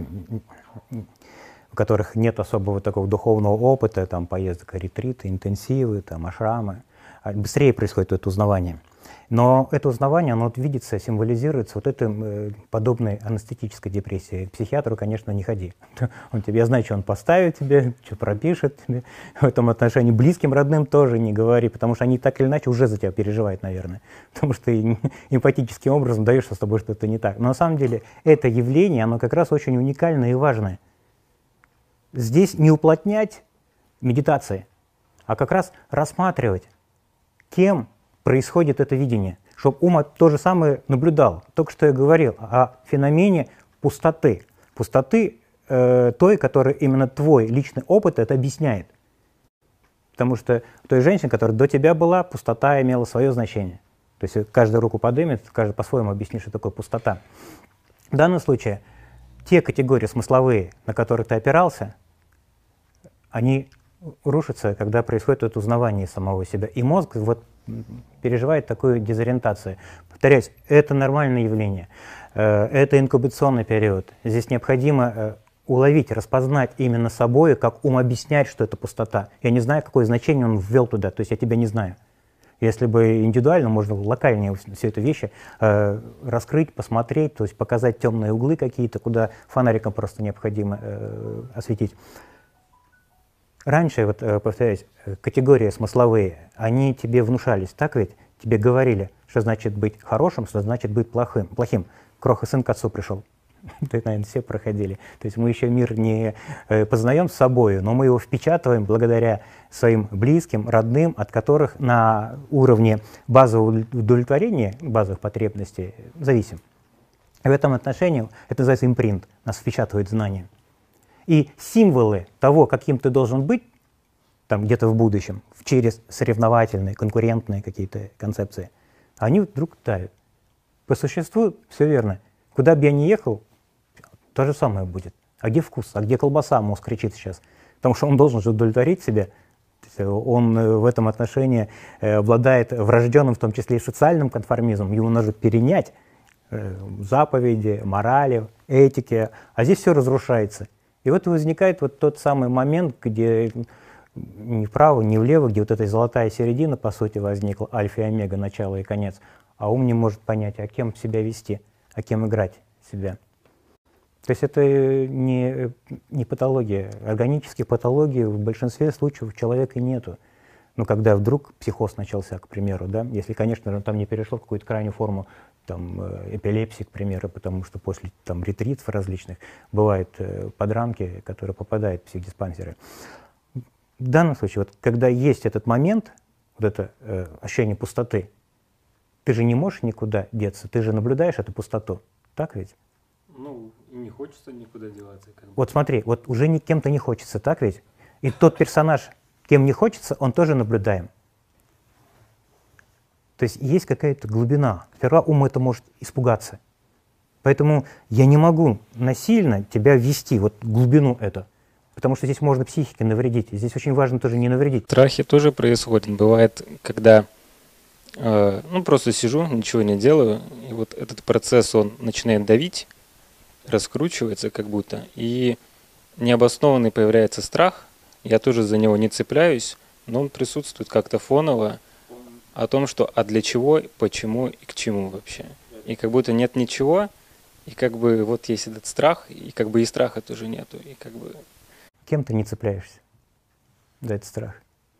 у которых нет особого такого духовного опыта, там, поездок, ретриты, интенсивы, там, ашрамы, быстрее происходит это узнавание. Но это узнавание, оно вот видится, символизируется вот этим э, подобной анестетической депрессией. К психиатру, конечно, не ходи. Он тебе, я знаю, что он поставит тебе, что пропишет тебе. В этом отношении близким, родным тоже не говори, потому что они так или иначе уже за тебя переживают, наверное. Потому что ты эмпатическим образом даешь, что с тобой что-то не так. Но на самом деле это явление, оно как раз очень уникальное и важное. Здесь не уплотнять медитации, а как раз рассматривать, кем происходит это видение, чтобы ум то же самое наблюдал. Только что я говорил о феномене пустоты. Пустоты э, той, которая именно твой личный опыт это объясняет. Потому что у той женщины, которая до тебя была, пустота имела свое значение. То есть каждая руку поднимет, каждый по-своему объяснит, что такое пустота. В данном случае те категории смысловые, на которые ты опирался, они рушатся, когда происходит это узнавание самого себя. И мозг вот переживает такую дезориентацию. Повторяюсь, это нормальное явление. Это инкубационный период. Здесь необходимо уловить, распознать именно собой, как ум объясняет, что это пустота. Я не знаю, какое значение он ввел туда, то есть я тебя не знаю. Если бы индивидуально, можно локальнее все это вещи э, раскрыть, посмотреть, то есть показать темные углы какие-то, куда фонариком просто необходимо э, осветить. Раньше, вот, повторяюсь, категории смысловые, они тебе внушались, так ведь? Тебе говорили, что значит быть хорошим, что значит быть плохим. плохим. Крох и сын к отцу пришел. Это, наверное, все проходили. То есть мы еще мир не познаем с собой, но мы его впечатываем благодаря своим близким, родным, от которых на уровне базового удовлетворения, базовых потребностей зависим. И в этом отношении, это называется импринт, нас впечатывает знания. И символы того, каким ты должен быть, там где-то в будущем, через соревновательные, конкурентные какие-то концепции, они вдруг тают. По существу все верно. Куда бы я ни ехал, то же самое будет. А где вкус? А где колбаса? Мозг кричит сейчас. Потому что он должен же удовлетворить себя. Он в этом отношении обладает врожденным, в том числе и социальным конформизмом. Ему нужно перенять заповеди, морали, этики. А здесь все разрушается. И вот возникает вот тот самый момент, где ни вправо, ни влево, где вот эта золотая середина, по сути, возникла, альфа и омега, начало и конец, а ум не может понять, а кем себя вести, а кем играть себя. То есть это не, не патология. Органических патологий в большинстве случаев у человека нету. Но когда вдруг психоз начался, к примеру, да, если, конечно, там не перешло в какую-то крайнюю форму там, эпилепсии, к примеру, потому что после там, ретритов различных бывают э, подранки, которые попадают в психдиспансеры. В данном случае, вот, когда есть этот момент, вот это э, ощущение пустоты, ты же не можешь никуда деться, ты же наблюдаешь эту пустоту, так ведь? Ну, и не хочется никуда деваться. Как бы. Вот смотри, вот уже ни кем-то не хочется, так ведь? И тот персонаж, кем не хочется, он тоже наблюдаем. То есть есть какая-то глубина. Сперва ум это может испугаться. Поэтому я не могу насильно тебя ввести вот в глубину эту. Потому что здесь можно психике навредить. И здесь очень важно тоже не навредить. Страхи тоже происходят. Бывает, когда э, ну, просто сижу, ничего не делаю, и вот этот процесс, он начинает давить, раскручивается как будто, и необоснованный появляется страх. Я тоже за него не цепляюсь, но он присутствует как-то фоново о том, что а для чего, почему и к чему вообще. И как будто нет ничего, и как бы вот есть этот страх, и как бы и страха тоже нету, и как бы... Кем ты не цепляешься за этот страх?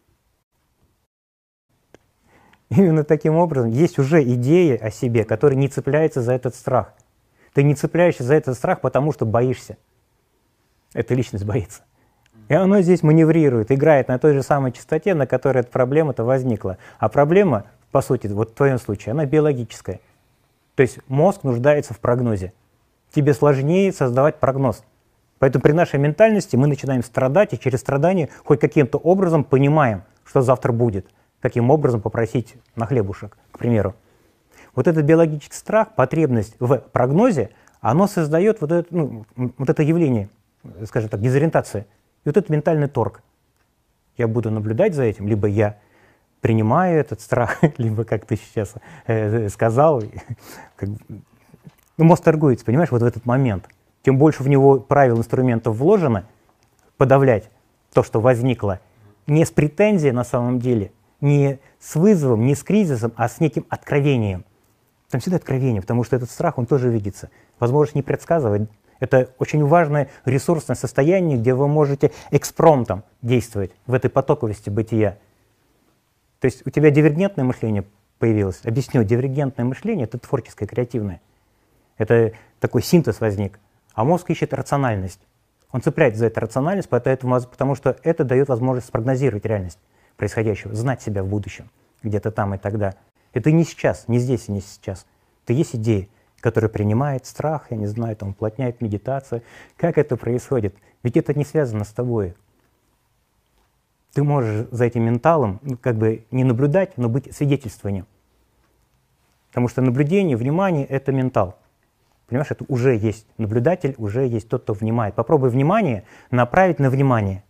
Именно таким образом есть уже идея о себе, которая не цепляется за этот страх. Ты не цепляешься за этот страх, потому что боишься. Эта личность боится. И оно здесь маневрирует, играет на той же самой частоте, на которой эта проблема-то возникла. А проблема, по сути, вот в твоем случае, она биологическая. То есть мозг нуждается в прогнозе. Тебе сложнее создавать прогноз. Поэтому при нашей ментальности мы начинаем страдать, и через страдание хоть каким-то образом понимаем, что завтра будет. Каким образом попросить на хлебушек, к примеру. Вот этот биологический страх, потребность в прогнозе, оно создает вот это, ну, вот это явление, скажем так, дезориентация. И вот этот ментальный торг. Я буду наблюдать за этим, либо я принимаю этот страх, либо, как ты сейчас э, сказал, как, ну, мозг торгуется, понимаешь, вот в этот момент. Тем больше в него правил, инструментов вложено, подавлять то, что возникло, не с претензией на самом деле, не с вызовом, не с кризисом, а с неким откровением. Там всегда откровение, потому что этот страх, он тоже видится. Возможность не предсказывать. Это очень важное ресурсное состояние, где вы можете экспромтом действовать в этой потоковости бытия. То есть у тебя дивергентное мышление появилось. Объясню, дивергентное мышление — это творческое, креативное. Это такой синтез возник. А мозг ищет рациональность. Он цепляется за эту рациональность, поэтому, потому что это дает возможность спрогнозировать реальность происходящего, знать себя в будущем, где-то там и тогда. Это не сейчас, не здесь и не сейчас. Это есть идеи, которые принимает страх, я не знаю, там, уплотняет медитацию. Как это происходит? Ведь это не связано с тобой. Ты можешь за этим менталом, ну, как бы не наблюдать, но быть свидетельствованием. Потому что наблюдение, внимание — это ментал. Понимаешь, это уже есть наблюдатель, уже есть тот, кто внимает. Попробуй внимание направить на внимание.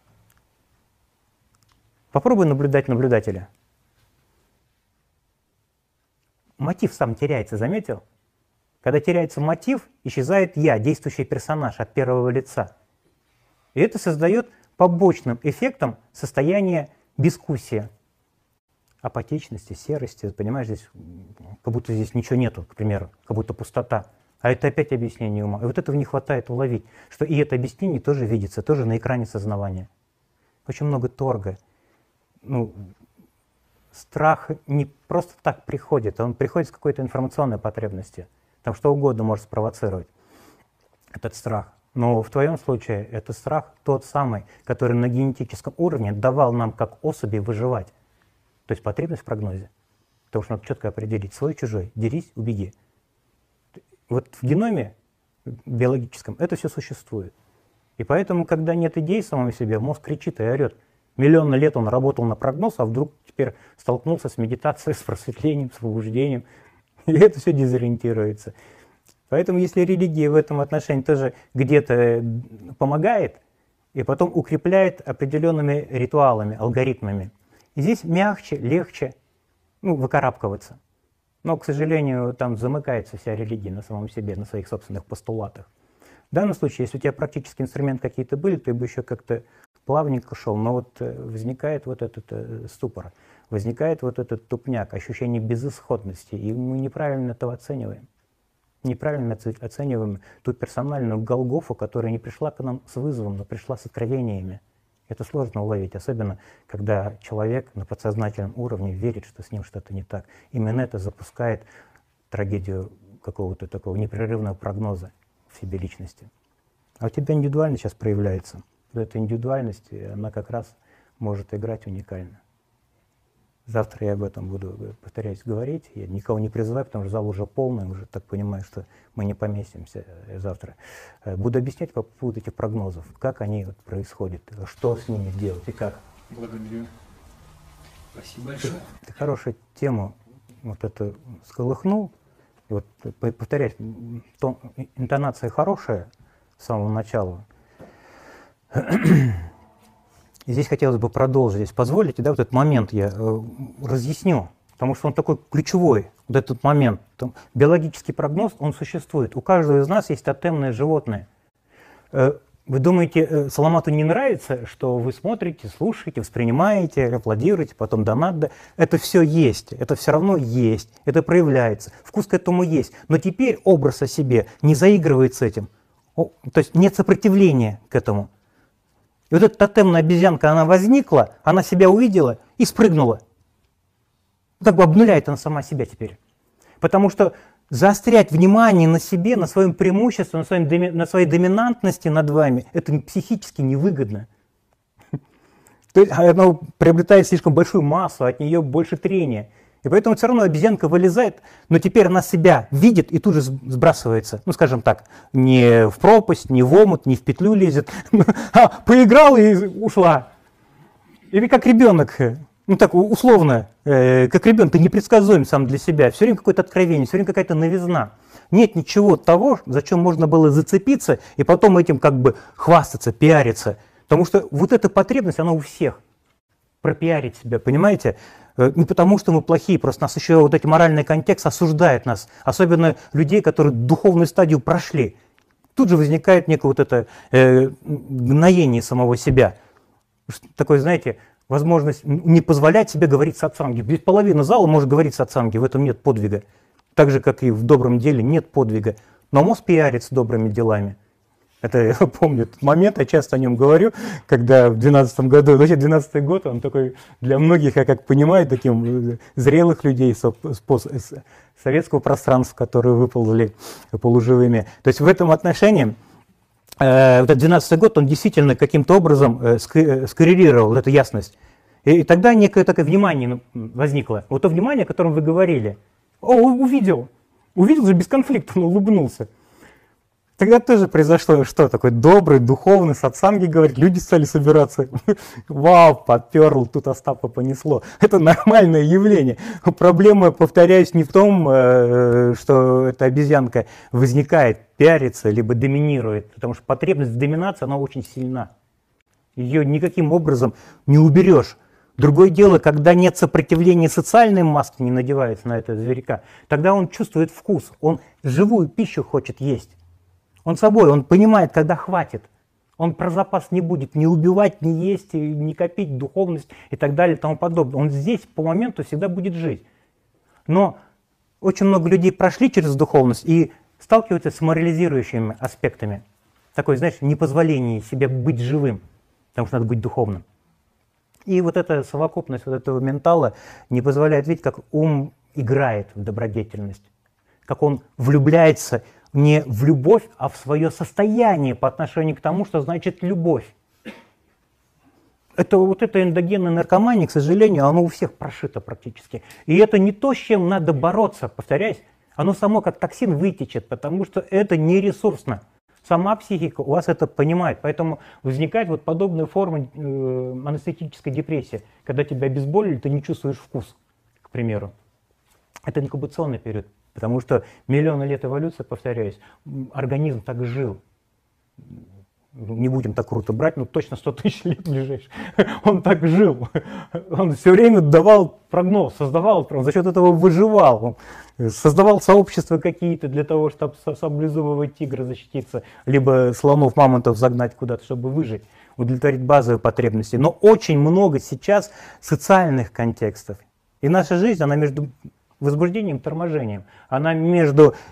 Попробуй наблюдать наблюдателя. Мотив сам теряется, заметил? Когда теряется мотив, исчезает я, действующий персонаж от первого лица. И это создает побочным эффектом состояние бескусия, апатичности, серости. Понимаешь, здесь как будто здесь ничего нету, к примеру, как будто пустота. А это опять объяснение ума. И вот этого не хватает уловить, что и это объяснение тоже видится, тоже на экране сознавания. Очень много торга. Ну, страх не просто так приходит, он приходит с какой-то информационной потребности. Там что угодно может спровоцировать этот страх. Но в твоем случае это страх тот самый, который на генетическом уровне давал нам как особи выживать. То есть потребность в прогнозе. Потому что надо четко определить свой-чужой, дерись, убеги. Вот в геноме биологическом это все существует. И поэтому, когда нет идей в самом себе, мозг кричит и орет. Миллионы лет он работал на прогноз, а вдруг теперь столкнулся с медитацией, с просветлением, с пробуждением. И это все дезориентируется. Поэтому если религия в этом отношении тоже где-то помогает, и потом укрепляет определенными ритуалами, алгоритмами, и здесь мягче, легче ну, выкарабкиваться. Но, к сожалению, там замыкается вся религия на самом себе, на своих собственных постулатах. В данном случае, если у тебя практические инструменты какие-то были, ты бы еще как-то плавненько шел, но вот возникает вот этот э, ступор, возникает вот этот тупняк, ощущение безысходности, и мы неправильно это оцениваем. неправильно оцениваем ту персональную Голгофу, которая не пришла к нам с вызовом, но пришла с откровениями. Это сложно уловить, особенно когда человек на подсознательном уровне верит, что с ним что-то не так. Именно это запускает трагедию какого-то такого непрерывного прогноза в себе личности. А у тебя индивидуальность сейчас проявляется. Эта индивидуальность, она как раз может играть уникально. Завтра я об этом буду, повторяюсь, говорить. Я никого не призываю, потому что зал уже полный, уже так понимаю, что мы не поместимся завтра. Буду объяснять по поводу этих прогнозов, как они вот происходят, что с ними делать и как. Благодарю. Спасибо большое. Ты хорошую тему вот это сколыхнул. И вот, повторяюсь, то, интонация хорошая с самого начала. И здесь хотелось бы продолжить. Здесь позволите, да, вот этот момент я э, разъясню, потому что он такой ключевой, вот этот момент. Там, биологический прогноз, он существует. У каждого из нас есть тотемное животное. Э, вы думаете, э, Саламату не нравится, что вы смотрите, слушаете, воспринимаете, аплодируете, потом донат? Да? Это все есть, это все равно есть, это проявляется. Вкус к этому есть. Но теперь образ о себе не заигрывает с этим. О, то есть нет сопротивления к этому. И вот эта тотемная обезьянка, она возникла, она себя увидела и спрыгнула. Как бы обнуляет она сама себя теперь. Потому что заострять внимание на себе, на своем преимуществе, на, своем, на своей доминантности над вами, это психически невыгодно. То есть она приобретает слишком большую массу, от нее больше трения. И поэтому все равно обезьянка вылезает, но теперь она себя видит и тут же сбрасывается. Ну, скажем так, не в пропасть, не в омут, не в петлю лезет, а поиграла и ушла. Или как ребенок, ну так условно, э, как ребенок, ты непредсказуем сам для себя, все время какое-то откровение, все время какая-то новизна. Нет ничего того, за чем можно было зацепиться и потом этим как бы хвастаться, пиариться. Потому что вот эта потребность, она у всех. Пропиарить себя, понимаете? Не потому, что мы плохие, просто нас еще вот этот моральный контекст осуждает нас, особенно людей, которые духовную стадию прошли. Тут же возникает некое вот это э, гноение самого себя. Такое, знаете, возможность не позволять себе говорить сатсанги. Ведь половина зала может говорить сатсанги, в этом нет подвига. Так же, как и в добром деле нет подвига. Но мозг пиарится добрыми делами. Это я помню этот момент, я часто о нем говорю, когда в две тысячи двенадцатом году, вообще две тысячи двенадцатый год, он такой для многих, я как понимаю, таким зрелых людей с советского пространства, которые выползли полуживыми. То есть в этом отношении э, вот этот две тысячи двенадцатый год, он действительно каким-то образом э, скоррелировал вот эту ясность. И, и тогда некое такое внимание возникло. Вот то внимание, о котором вы говорили. О, увидел, увидел же без конфликта, он улыбнулся. Тогда тоже произошло что? Такой добрый, духовный сатсанги, говорит, люди стали собираться. Вау, подперл, тут Остапа понесло. Это нормальное явление. Проблема, повторяюсь, не в том, что эта обезьянка возникает, пиарится, либо доминирует. Потому что потребность в доминации, она очень сильна. Ее никаким образом не уберешь. Другое дело, когда нет сопротивления, социальной маски не надевается на этого зверька, тогда он чувствует вкус, он живую пищу хочет есть. Он собой, он понимает, когда хватит. Он про запас не будет ни убивать, ни есть, ни копить духовность и так далее и тому подобное. Он здесь по моменту всегда будет жить. Но очень много людей прошли через духовность и сталкиваются с морализирующими аспектами. Такое, знаешь, непозволение себе быть живым, потому что надо быть духовным. И вот эта совокупность вот этого ментала не позволяет видеть, как ум играет в добродетельность, как он влюбляется не в любовь, а в свое состояние по отношению к тому, что значит любовь. Это вот эта эндогенная наркомания, к сожалению, оно у всех прошито практически. И это не то, с чем надо бороться, повторяюсь, оно само как токсин вытечет, потому что это не ресурсно. Сама психика у вас это понимает, поэтому возникает вот подобная форма э, анестетической депрессии, когда тебя обезболили, ты не чувствуешь вкус, к примеру. Это инкубационный период. Потому что миллионы лет эволюции, повторяюсь, организм так жил. Не будем так круто брать, но точно сто тысяч лет ближайших. Он так жил. Он все время давал прогноз, создавал, за счет этого выживал. Он создавал сообщества какие-то для того, чтобы саблезубого тигра защититься, либо слонов, мамонтов загнать куда-то, чтобы выжить, удовлетворить базовые потребности. Но очень много сейчас социальных контекстов. И наша жизнь, она между возбуждением, торможением. Она между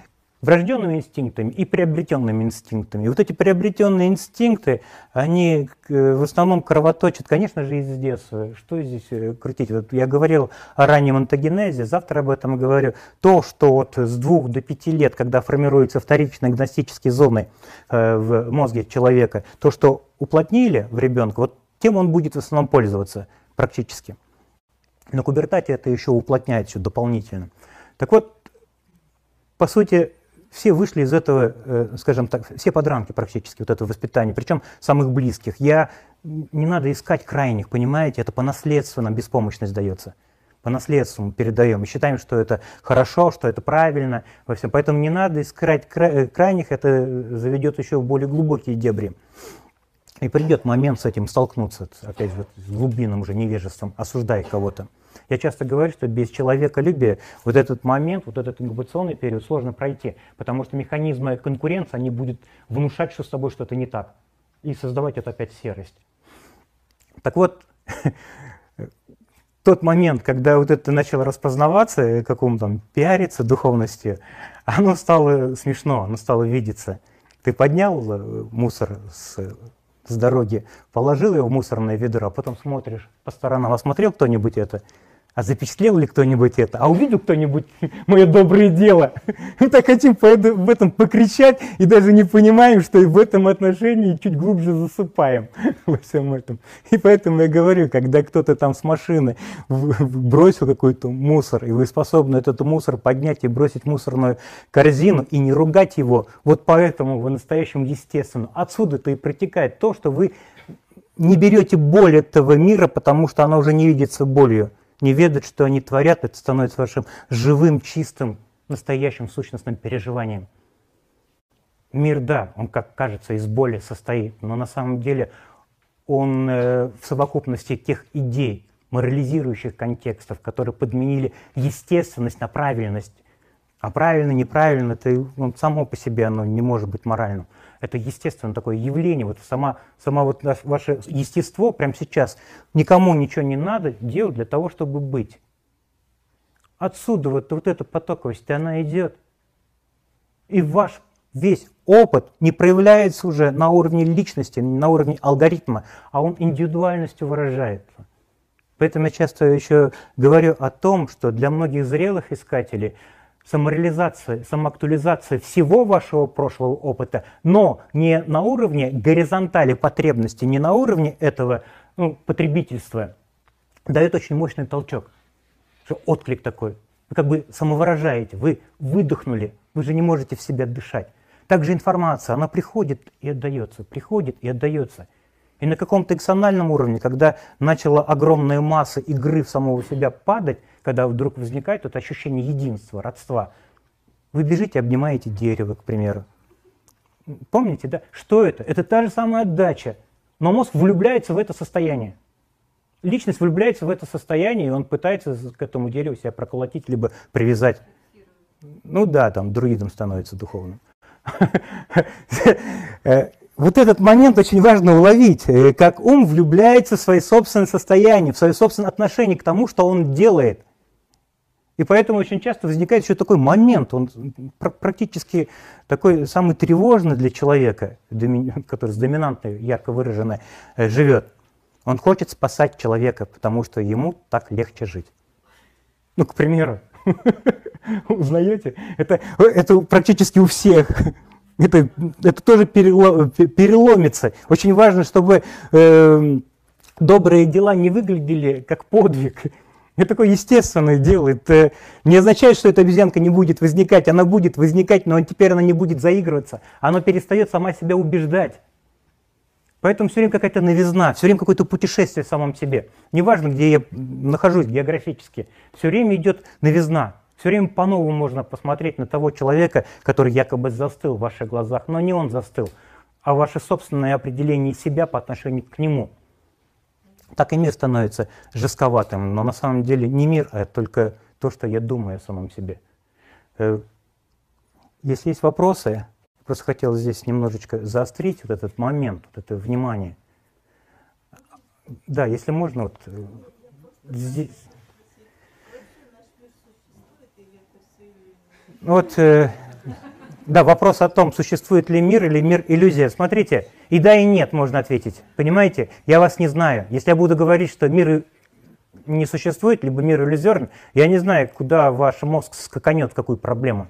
врожденными инстинктами и приобретенными инстинктами. И вот эти приобретенные инстинкты, они в основном кровоточат, конечно же, из детства. Что здесь крутить? Вот я говорил о раннем онтогенезе, завтра об этом говорю. То, что вот с двух до пяти лет, когда формируются вторичные гностические зоны в мозге человека, то, что уплотнили в ребенка, вот тем он будет в основном пользоваться практически. Но кубертати это еще уплотняет все дополнительно. Так вот, по сути, все вышли из этого, э, скажем так, все подранки практически, вот этого воспитания, причем самых близких. Я, не надо искать крайних, понимаете, это по наследству нам беспомощность дается. По наследству мы передаем и считаем, что это хорошо, что это правильно во всем. Поэтому не надо искать крайних, это заведет еще в более глубокие дебри. И придет момент с этим столкнуться, опять же, с глубинным уже невежеством, осуждая кого-то. Я часто говорю, что без человеколюбия вот этот момент, вот этот инкубационный период сложно пройти, потому что механизмы конкуренции, они будут внушать, что с тобой что-то не так, и создавать это опять серость. Так вот, тот момент, когда вот это начало распознаваться, какому там пиариться духовности, оно стало смешно, оно стало видеться. Ты поднял мусор с, с дороги, положил его в мусорное ведро, а потом смотришь по сторонам, а смотрел кто-нибудь это? А запечатлел ли кто-нибудь это? А увидел кто-нибудь мое доброе дело? Мы так хотим в этом покричать и даже не понимаем, что и в этом отношении чуть глубже засыпаем во всем этом. И поэтому я говорю, когда кто-то там с машины бросил какой-то мусор, и вы способны этот мусор поднять и бросить в мусорную корзину и не ругать его, вот поэтому вы настоящему естественно. Отсюда-то и протекает то, что вы не берете боль этого мира, потому что она уже не видится болью. Не ведать, что они творят, это становится вашим живым, чистым, настоящим сущностным переживанием. Мир, да, он, как кажется, из боли состоит, но на самом деле он э, в совокупности тех идей, морализирующих контекстов, которые подменили естественность на правильность. А правильно, неправильно, это ну, само по себе оно не может быть моральным. Это естественно такое явление, вот сама, сама вот ваше естество прямо сейчас, никому ничего не надо делать для того, чтобы быть. Отсюда вот, вот эта потоковость, она идет. И ваш весь опыт не проявляется уже на уровне личности, на уровне алгоритма, а он индивидуальностью выражается. Поэтому я часто еще говорю о том, что для многих зрелых искателей самореализация, самоактуализация всего вашего прошлого опыта, но не на уровне горизонтали потребностей, не на уровне этого ну, потребительства, дает очень мощный толчок, что отклик такой. Вы как бы самовыражаете, вы выдохнули, вы же не можете в себя дышать. Также информация, она приходит и отдается, приходит и отдается. И на каком-то эксональном уровне, когда начала огромная масса игры в самого себя падать, когда вдруг возникает это ощущение единства, родства, вы бежите, обнимаете дерево, к примеру. Помните, да? Что это? Это та же самая отдача. Но мозг влюбляется в это состояние. Личность влюбляется в это состояние, и он пытается к этому дереву себя проколотить, либо привязать. Ну да, там друидом становится духовным. Вот этот момент очень важно уловить, как ум влюбляется в свои собственные состояния, в свое собственное отношение к тому, что он делает. И поэтому очень часто возникает еще такой момент, он практически такой самый тревожный для человека, который с доминантной, ярко выраженной живет. Он хочет спасать человека, потому что ему так легче жить. Ну, к примеру, узнаете? Это, это практически у всех. Это, это тоже переломится. Очень важно, чтобы э, добрые дела не выглядели как подвиг. Это такое естественное дело. Это не означает, что эта обезьянка не будет возникать. Она будет возникать, но теперь она не будет заигрываться. Она перестает сама себя убеждать. Поэтому все время какая-то новизна, все время какое-то путешествие в самом себе. Неважно, где я нахожусь географически, все время идет новизна. Все время по-новому можно посмотреть на того человека, который якобы застыл в ваших глазах, но не он застыл, а ваше собственное определение себя по отношению к нему. Так и мир становится жестковатым, но на самом деле не мир, а только то, что я думаю о самом себе. Если есть вопросы, просто хотел здесь немножечко заострить вот этот момент, вот это внимание. Да, если можно, вот здесь... Вот, э, Да, вопрос о том, существует ли мир или мир иллюзия. Смотрите, и да, и нет можно ответить. Понимаете? Я вас не знаю. Если я буду говорить, что мир не существует, либо мир иллюзорен, я не знаю, куда ваш мозг скаканет, в какую проблему.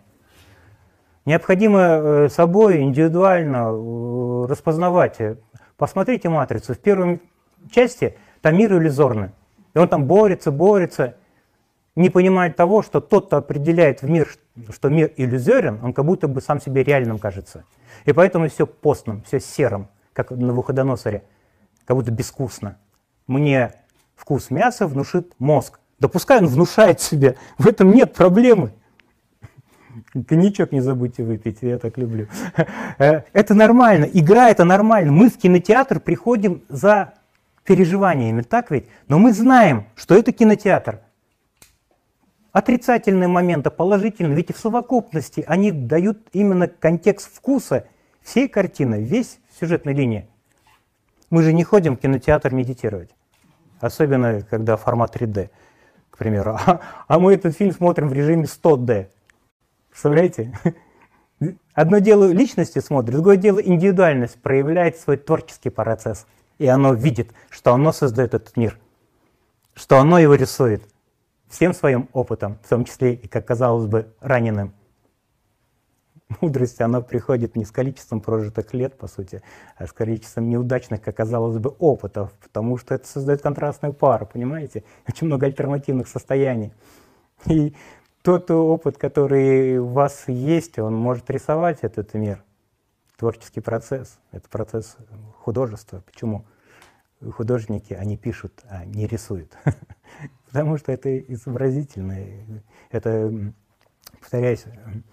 Необходимо собой индивидуально распознавать. Посмотрите «Матрицу». В первой части там мир иллюзорный. И он там борется, борется, не понимает того, что тот, кто определяет в мир, что мир иллюзорен, он как будто бы сам себе реальным кажется. И поэтому все постным, все серым, как на Навуходоносоре, как будто безвкусно. Мне вкус мяса внушит мозг. Да пускай он внушает себе, в этом нет проблемы. Коньячок не забудьте выпить, я так люблю. Это нормально, игра это нормально. Мы в кинотеатр приходим за переживаниями, так ведь? Но мы знаем, что это кинотеатр. Отрицательные моменты, положительные, ведь в совокупности они дают именно контекст вкуса всей картины, весь сюжетной линии. Мы же не ходим в кинотеатр медитировать, особенно когда формат три дэ, к примеру. А, а мы этот фильм смотрим в режиме сто дэ. Представляете? Одно дело личности смотрит, другое дело индивидуальность проявляет свой творческий процесс. И оно видит, что оно создает этот мир, что оно его рисует всем своим опытом, в том числе и, как казалось бы, раненым. Мудрость, она приходит не с количеством прожитых лет, по сути, а с количеством неудачных, как казалось бы, опытов, потому что это создает контрастную пару, понимаете? Очень много альтернативных состояний. И тот опыт, который у вас есть, он может рисовать этот мир. Творческий процесс, это процесс художества. Почему художники, они пишут, а не рисуют? Потому что это изобразительно, это, повторяюсь,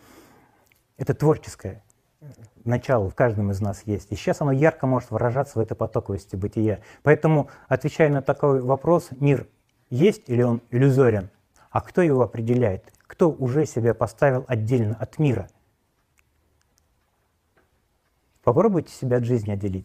это творческое начало в каждом из нас есть. И сейчас оно ярко может выражаться в этой потоковости бытия. Поэтому, отвечая на такой вопрос, мир есть или он иллюзорен? А кто его определяет? Кто уже себя поставил отдельно от мира? Попробуйте себя от жизни отделить.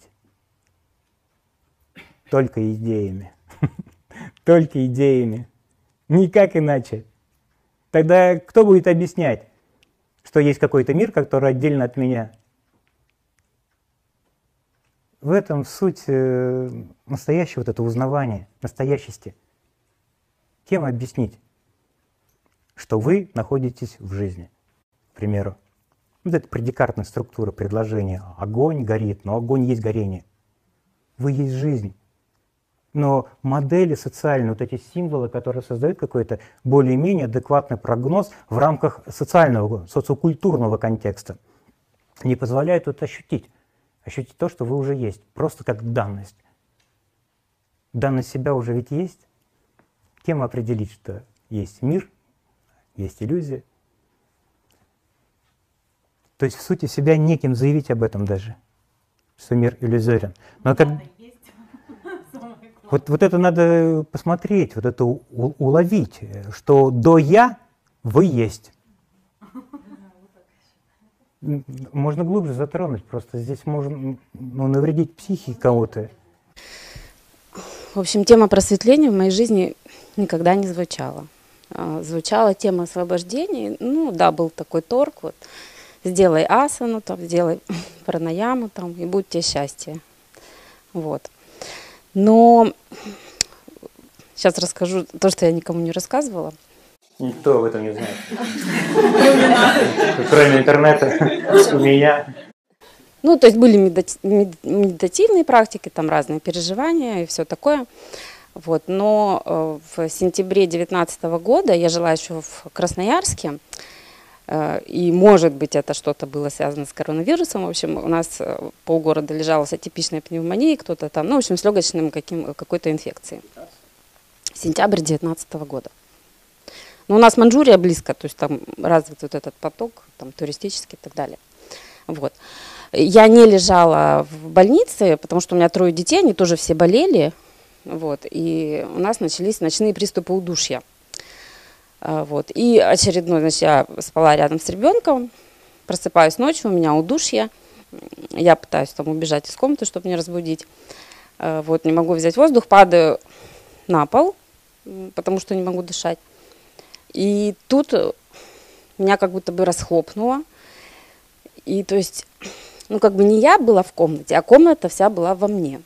Только идеями. Только идеями. Никак иначе. Тогда кто будет объяснять, что есть какой-то мир, который отдельно от меня? В этом суть настоящего вот этого узнавания, настоящести. Кем объяснить, что вы находитесь в жизни, к примеру? Вот это предикатная структура предложения. Огонь горит, но огонь есть горение. Вы есть жизнь. Но модели социальные, вот эти символы, которые создают какой-то более-менее адекватный прогноз в рамках социального, социокультурного контекста, не позволяют вот ощутить, ощутить то, что вы уже есть, просто как данность. Данность себя уже ведь есть. Кем определить, что есть мир, есть иллюзия? То есть в сути себя неким заявить об этом даже, что мир иллюзорен. Но как... Вот, вот это надо посмотреть, вот это у, уловить, что до «я» вы есть. Можно глубже затронуть, просто здесь можно ну, навредить психике кого-то. В общем, тема просветления в моей жизни никогда не звучала. Звучала тема освобождения. Ну да, был такой торг, вот, сделай асану, там, сделай пранаяму, там, и будет тебе счастье. Вот. Но сейчас расскажу то, что я никому не рассказывала. Никто об этом не знает. Кроме интернета, у меня. Ну, то есть были медитативные практики, там разные переживания и все такое. Вот. Но в сентябре две тысячи девятнадцатого года я жила еще в Красноярске. И, может быть, это что-то было связано с коронавирусом. В общем, у нас полгорода лежало с атипичной пневмонией, кто-то там, ну, в общем, с легочным каким, какой-то инфекцией. Сентябрь две тысячи девятнадцатого года. Но у нас Манчжурия близко, то есть там развит вот этот поток, там, туристический и так далее. Вот. Я не лежала в больнице, потому что у меня трое детей, они тоже все болели. Вот. И у нас начались ночные приступы удушья. Вот. И очередной, значит, я спала рядом с ребенком, просыпаюсь ночью, у меня удушье, я пытаюсь там убежать из комнаты, чтобы не разбудить, вот, не могу взять воздух, падаю на пол, потому что не могу дышать. И тут меня как будто бы расхлопнуло, И то есть, ну как бы не я была в комнате, а комната вся была во мне.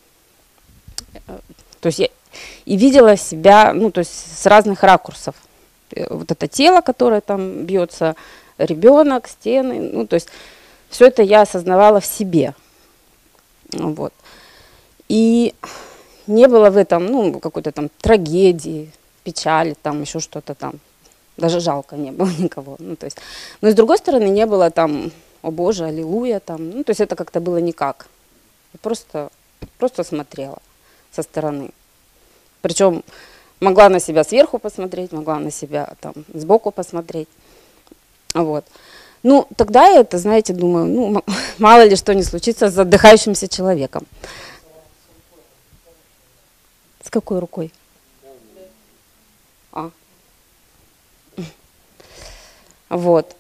То есть я и видела себя, ну то есть с разных ракурсов. Вот это тело, которое там бьется, ребенок, стены, ну то есть все это я осознавала в себе. Вот. И не было в этом, ну, какой-то там трагедии, печали, там еще что-то там. Даже жалко не было никого. Ну, то есть, но с другой стороны, не было там, о боже, аллилуйя, там. Ну, то есть это как-то было никак. Я просто, просто смотрела со стороны. Причем могла на себя сверху посмотреть, могла на себя там сбоку посмотреть. Вот. Ну, тогда я это, знаете, думаю, ну, мало ли что не случится с отдыхающимся человеком. С какой рукой? А. Вот.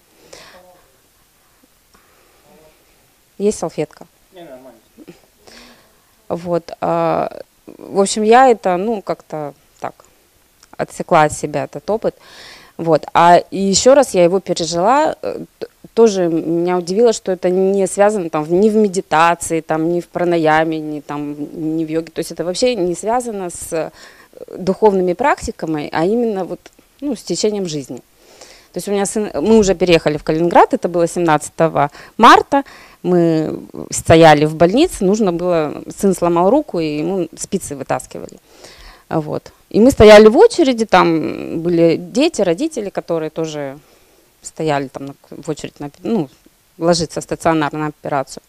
Есть салфетка? Не, нормально. Вот. А, в общем, я это, ну, как-то так отсекла от себя этот опыт. Вот. А и еще раз я его пережила. Тоже меня удивило, что это не связано там, ни в медитации, там, ни в пранаяме, ни, там, ни в йоге. То есть это вообще не связано с духовными практиками, а именно вот, ну, с течением жизни. То есть у меня сын, мы уже переехали в Калининград, это было семнадцатого марта, мы стояли в больнице, нужно было, сын сломал руку, и ему спицы вытаскивали. Вот. И мы стояли в очереди, там были дети, родители, которые тоже стояли там на, в очередь, на, ну, ложиться стационарно на операцию.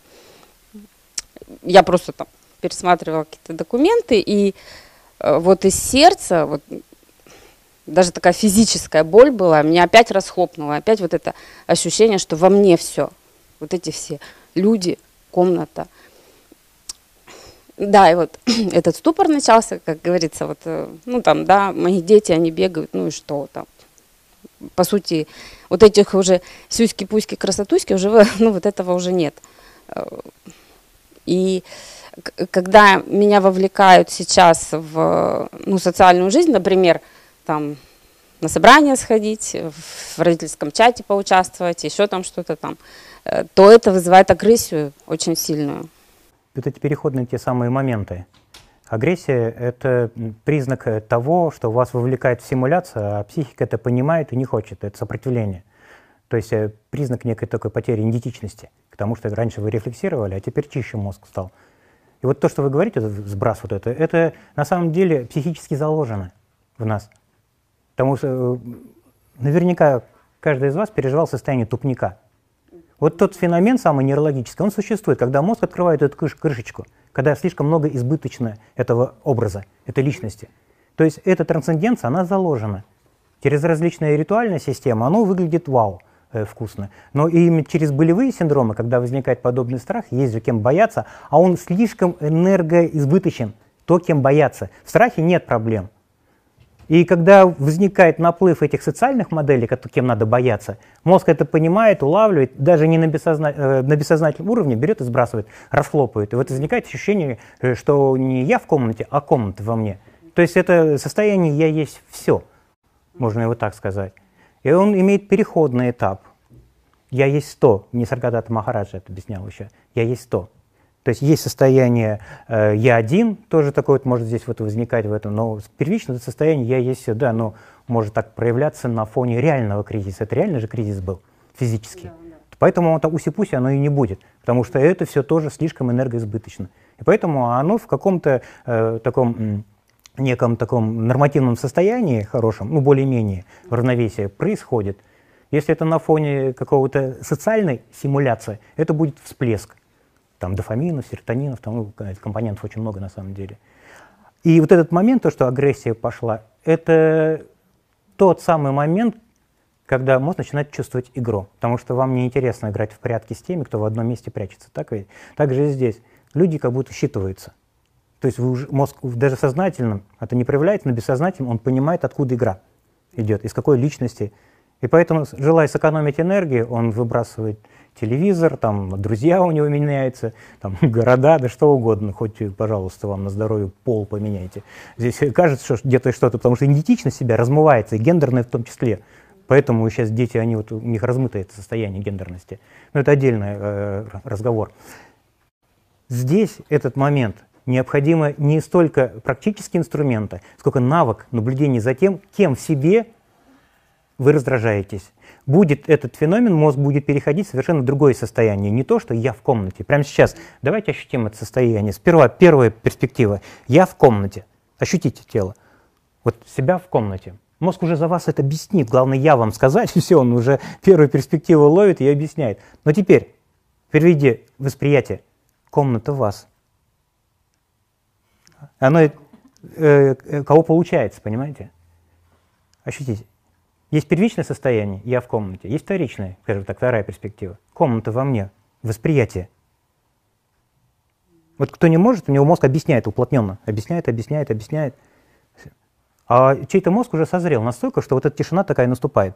Я просто там пересматривала какие-то документы, и э, вот из сердца, вот, даже такая физическая боль была, меня опять расхлопнуло, опять вот это ощущение, что во мне все, вот эти все люди, комната. Да, и вот этот ступор начался, как говорится, вот, ну там, да, мои дети, они бегают, ну и что там. По сути, вот этих уже сюськи-пуськи, красотуськи, уже, ну вот этого уже нет. И когда меня вовлекают сейчас в, ну, социальную жизнь, например, там, на собрание сходить, в родительском чате поучаствовать, еще там что-то там, то это вызывает агрессию очень сильную. Вот эти переходные те самые моменты. Агрессия – это признак того, что вас вовлекает в симуляцию, а психика это понимает и не хочет, это сопротивление. То есть признак некой такой потери идентичности, к тому, что раньше вы рефлексировали, а теперь чище мозг стал. И вот то, что вы говорите, этот сбрас вот это, это на самом деле психически заложено в нас. Потому что наверняка каждый из вас переживал состояние тупника. Вот тот феномен самый нейрологический, он существует, когда мозг открывает эту крышечку, когда слишком много избыточно этого образа, этой личности. То есть эта трансценденция, она заложена. Через различные ритуальные системы оно выглядит вау, э, вкусно. Но именно через болевые синдромы, когда возникает подобный страх, есть же кем бояться, а он слишком энергоизбыточен, то, кем бояться. В страхе нет проблем. И когда возникает наплыв этих социальных моделей, кем надо бояться, мозг это понимает, улавливает, даже не на, бессозна... на бессознательном уровне берет и сбрасывает, расхлопывает. И вот возникает ощущение, что не я в комнате, а комната во мне. То есть это состояние «я есть все», можно его так сказать. И он имеет переходный этап. «Я есть то», не Саргадата Махараджа это объяснял еще, «я есть то». То есть есть состояние э, «я один», тоже такое вот может здесь вот возникать в этом, но первично это состояние «я есть все», да, но может так проявляться на фоне реального кризиса. Это реальный же кризис был, физический. Да, да. Поэтому это уси-пуси оно и не будет, потому что это все тоже слишком энергоизбыточно. И поэтому оно в каком-то э, таком, неком таком нормативном состоянии, хорошем, ну более-менее, в равновесии происходит. Если это на фоне какого-то социальной симуляции, это будет всплеск. Там дофаминов, серотонинов, там ну, компонентов очень много на самом деле. И вот этот момент, то, что агрессия пошла, это тот самый момент, когда мозг начинает чувствовать игру. Потому что вам неинтересно играть в прятки с теми, кто в одном месте прячется. Так, ведь? Так же и здесь. Люди как будто считываются. То есть вы уже, мозг даже сознательным, это не проявляется, но бессознательным он понимает, откуда игра идет, из какой личности. И поэтому, желая сэкономить энергию, он выбрасывает телевизор, там друзья у него меняются, там города, да что угодно, хоть, пожалуйста, вам на здоровье пол поменяйте. Здесь кажется, что где-то что-то, потому что идентичность себя размывается, и гендерная в том числе, Поэтому сейчас дети, они вот, у них размытое это состояние гендерности. Но это отдельный э, разговор. Здесь этот момент необходимо не столько практические инструменты, сколько навык наблюдения за тем, кем в себе вы раздражаетесь. Будет этот феномен, мозг будет переходить в совершенно другое состояние. Не то, что я в комнате. Прямо сейчас давайте ощутим это состояние. Сперва первая перспектива. Я в комнате. Ощутите тело. Вот себя в комнате. Мозг уже за вас это объяснит. Главное, я вам сказать, и все, он уже первую перспективу ловит и объясняет. Но теперь, переведи восприятие. Комната вас. Оно э, э, кого получается, понимаете? Ощутите. Есть первичное состояние, я в комнате. Есть вторичное, скажем так, вторая перспектива. Комната во мне. Восприятие. Вот кто не может, у него мозг объясняет уплотненно. Объясняет, объясняет, объясняет. А чей-то мозг уже созрел настолько, что вот эта тишина такая наступает.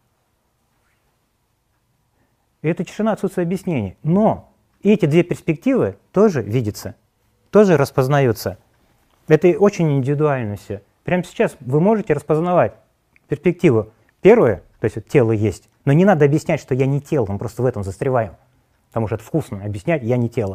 И эта тишина — отсутствие объяснений. Но эти две перспективы тоже видятся, тоже распознаются. Это очень индивидуально все. Прямо сейчас вы можете распознавать перспективу. Первую, то есть вот тело есть, но не надо объяснять, что я не тело, мы просто в этом застреваем. Потому что это вкусно, объяснять я не тело.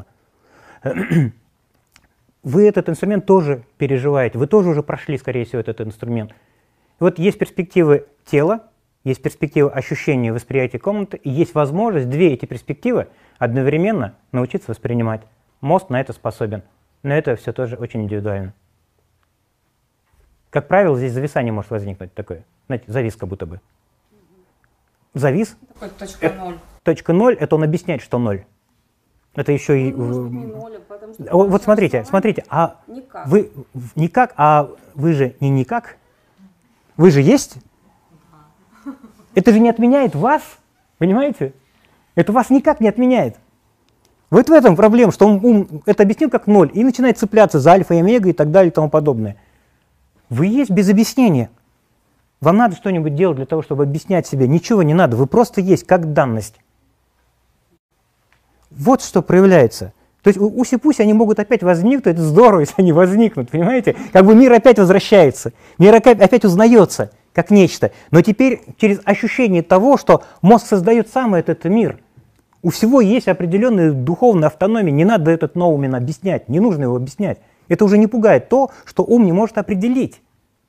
Вы этот инструмент тоже переживаете, вы тоже уже прошли, скорее всего, этот инструмент. И вот есть перспективы тела, есть перспектива ощущения, восприятия комнаты, и есть возможность две эти перспективы одновременно научиться воспринимать. Мозг на это способен, но это все тоже очень индивидуально. Как правило, здесь зависание может возникнуть такое, знаете, завис как будто бы. Завис. Такой точка ноль. Точка ноль — это он объясняет, что ноль. Это еще и... Ну, не ноль, потому что вот, вот смотрите, смотрите, а никак. вы никак, а вы же не никак, вы же есть. Это же не отменяет вас, понимаете? Это вас никак не отменяет. Вот в этом проблема, что он ум это объяснил как ноль и начинает цепляться за альфа и омега и так далее и тому подобное. Вы есть без объяснения. Вам надо что-нибудь делать для того, чтобы объяснять себе. Ничего не надо, вы просто есть как данность. Вот что проявляется. То есть уси-пуси, они могут опять возникнуть, это здорово, если они возникнут, понимаете? Как бы мир опять возвращается, мир опять, опять узнается как нечто. Но теперь через ощущение того, что мозг создает сам этот мир. У всего есть определенная духовная автономия, не надо этот ноумен объяснять, не нужно его объяснять. Это уже не пугает то, что ум не может определить.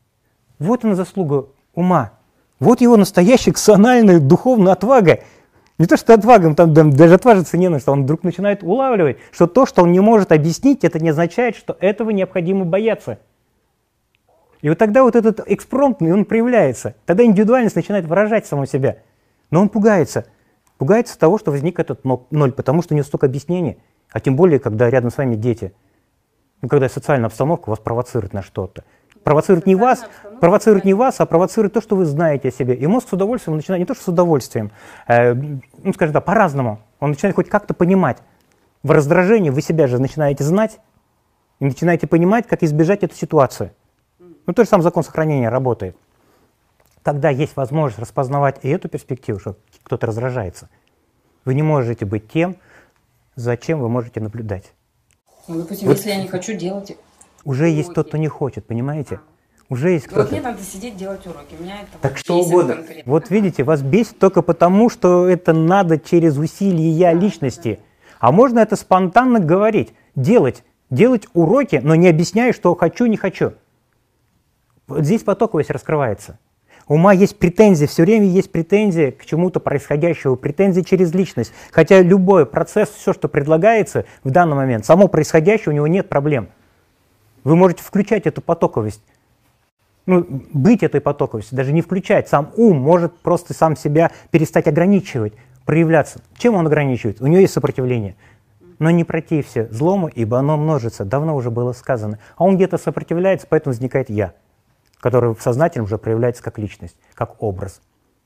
Вот она заслуга ума. Вот его настоящая ксональная духовная отвага. Не то, что отвагом, там даже отважиться не на что, он вдруг начинает улавливать, что то, что он не может объяснить, это не означает, что этого необходимо бояться. И вот тогда вот этот экспромт, он проявляется. Тогда индивидуальность начинает выражать саму себя. Но он пугается. Пугается того, что возник этот ноль, потому что у него столько объяснений. А тем более, когда рядом с вами дети. Ну, когда социальная обстановка вас провоцирует на что-то. Провоцирует не вас, провоцирует не вас, а провоцирует то, что вы знаете о себе. И мозг с удовольствием начинает, не то что с удовольствием, э, ну, скажем так, по-разному. Он начинает хоть как-то понимать. В раздражении вы себя же начинаете знать и начинаете понимать, как избежать эту ситуацию. Ну, тот же самый закон сохранения работает. Когда есть возможность распознавать и эту перспективу, что кто-то раздражается, вы не можете быть тем, зачем вы можете наблюдать. Ну, допустим, вот если я не хочу делать уже уроки. есть тот, кто не хочет, понимаете? А. Уже есть кто-то. Вот мне надо сидеть делать уроки. Меня это Так вот что бесит угодно. конкретно. Вот видите, вас бесит только потому, что это надо через усилие я личности. А можно это спонтанно говорить, делать, делать уроки, но не объясняя, что хочу, не хочу. Вот здесь потоковость раскрывается. У ума есть претензии, все время есть претензии к чему-то происходящему, претензии через личность. Хотя любой процесс, все, что предлагается в данный момент, само происходящее, у него нет проблем. Вы можете включать эту потоковость, ну, быть этой потоковостью, даже не включать. Сам ум может просто сам себя перестать ограничивать, проявляться. Чем он ограничивает? У него есть сопротивление. Но не протився злому, ибо оно множится. Давно уже было сказано. А он где-то сопротивляется, поэтому возникает «я», который в сознательном уже проявляется как личность, как образ.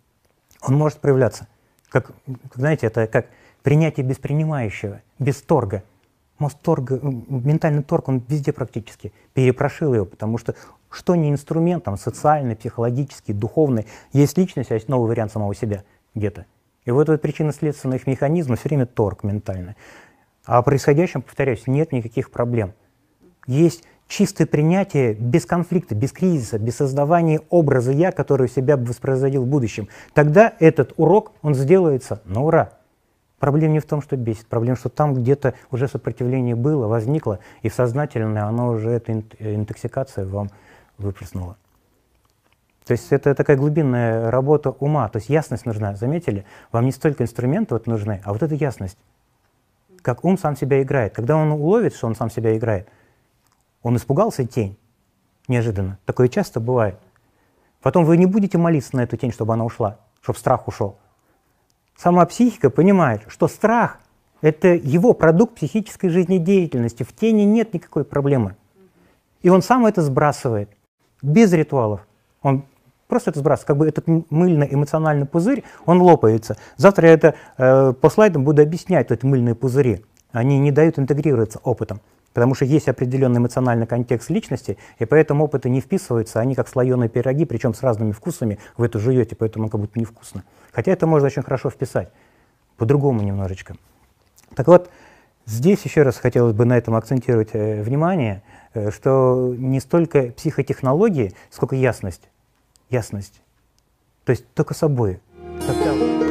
Он может проявляться, как, знаете, это как принятие без принимающего, без торга. Мозг торга, ментальный торг, он везде практически перепрошил его, потому что что не инструмент, там, социальный, психологический, духовный, есть личность, а есть новый вариант самого себя где-то. И вот эта причинно-следственных механизмов все время торг ментальный. А о происходящем, повторяюсь, нет никаких проблем. Есть чистое принятие без конфликта, без кризиса, без создавания образа «я», который себя бы воспроизводил в будущем. Тогда этот урок, он сделается на ура. Проблема не в том, что бесит, проблема, что там где-то уже сопротивление было, возникло, и в сознательное оно уже, эта интоксикация вам выплеснула. То есть это такая глубинная работа ума, то есть ясность нужна, заметили? Вам не столько инструментов вот нужны, а вот эта ясность. Как ум сам себя играет. Когда он уловит, что он сам себя играет, он испугался тень, неожиданно. Такое часто бывает. Потом вы не будете молиться на эту тень, чтобы она ушла, чтобы страх ушел. Сама психика понимает, что страх – это его продукт психической жизнедеятельности. В тени нет никакой проблемы. И он сам это сбрасывает, без ритуалов. Он просто это сбрасывает. Как бы этот мыльно-эмоциональный пузырь, он лопается. Завтра я это э, по слайдам буду объяснять, эти мыльные пузыри. Они не дают интегрироваться опытом. Потому что есть определенный эмоциональный контекст личности, и поэтому опыты не вписываются, они как слоеные пироги, причем с разными вкусами, вы это жуете, поэтому как будто невкусно. Хотя это можно очень хорошо вписать, по-другому немножечко. Так вот, здесь еще раз хотелось бы на этом акцентировать э, внимание, э, что не столько психотехнологии, сколько ясность. Ясность. То есть только собой. Когда...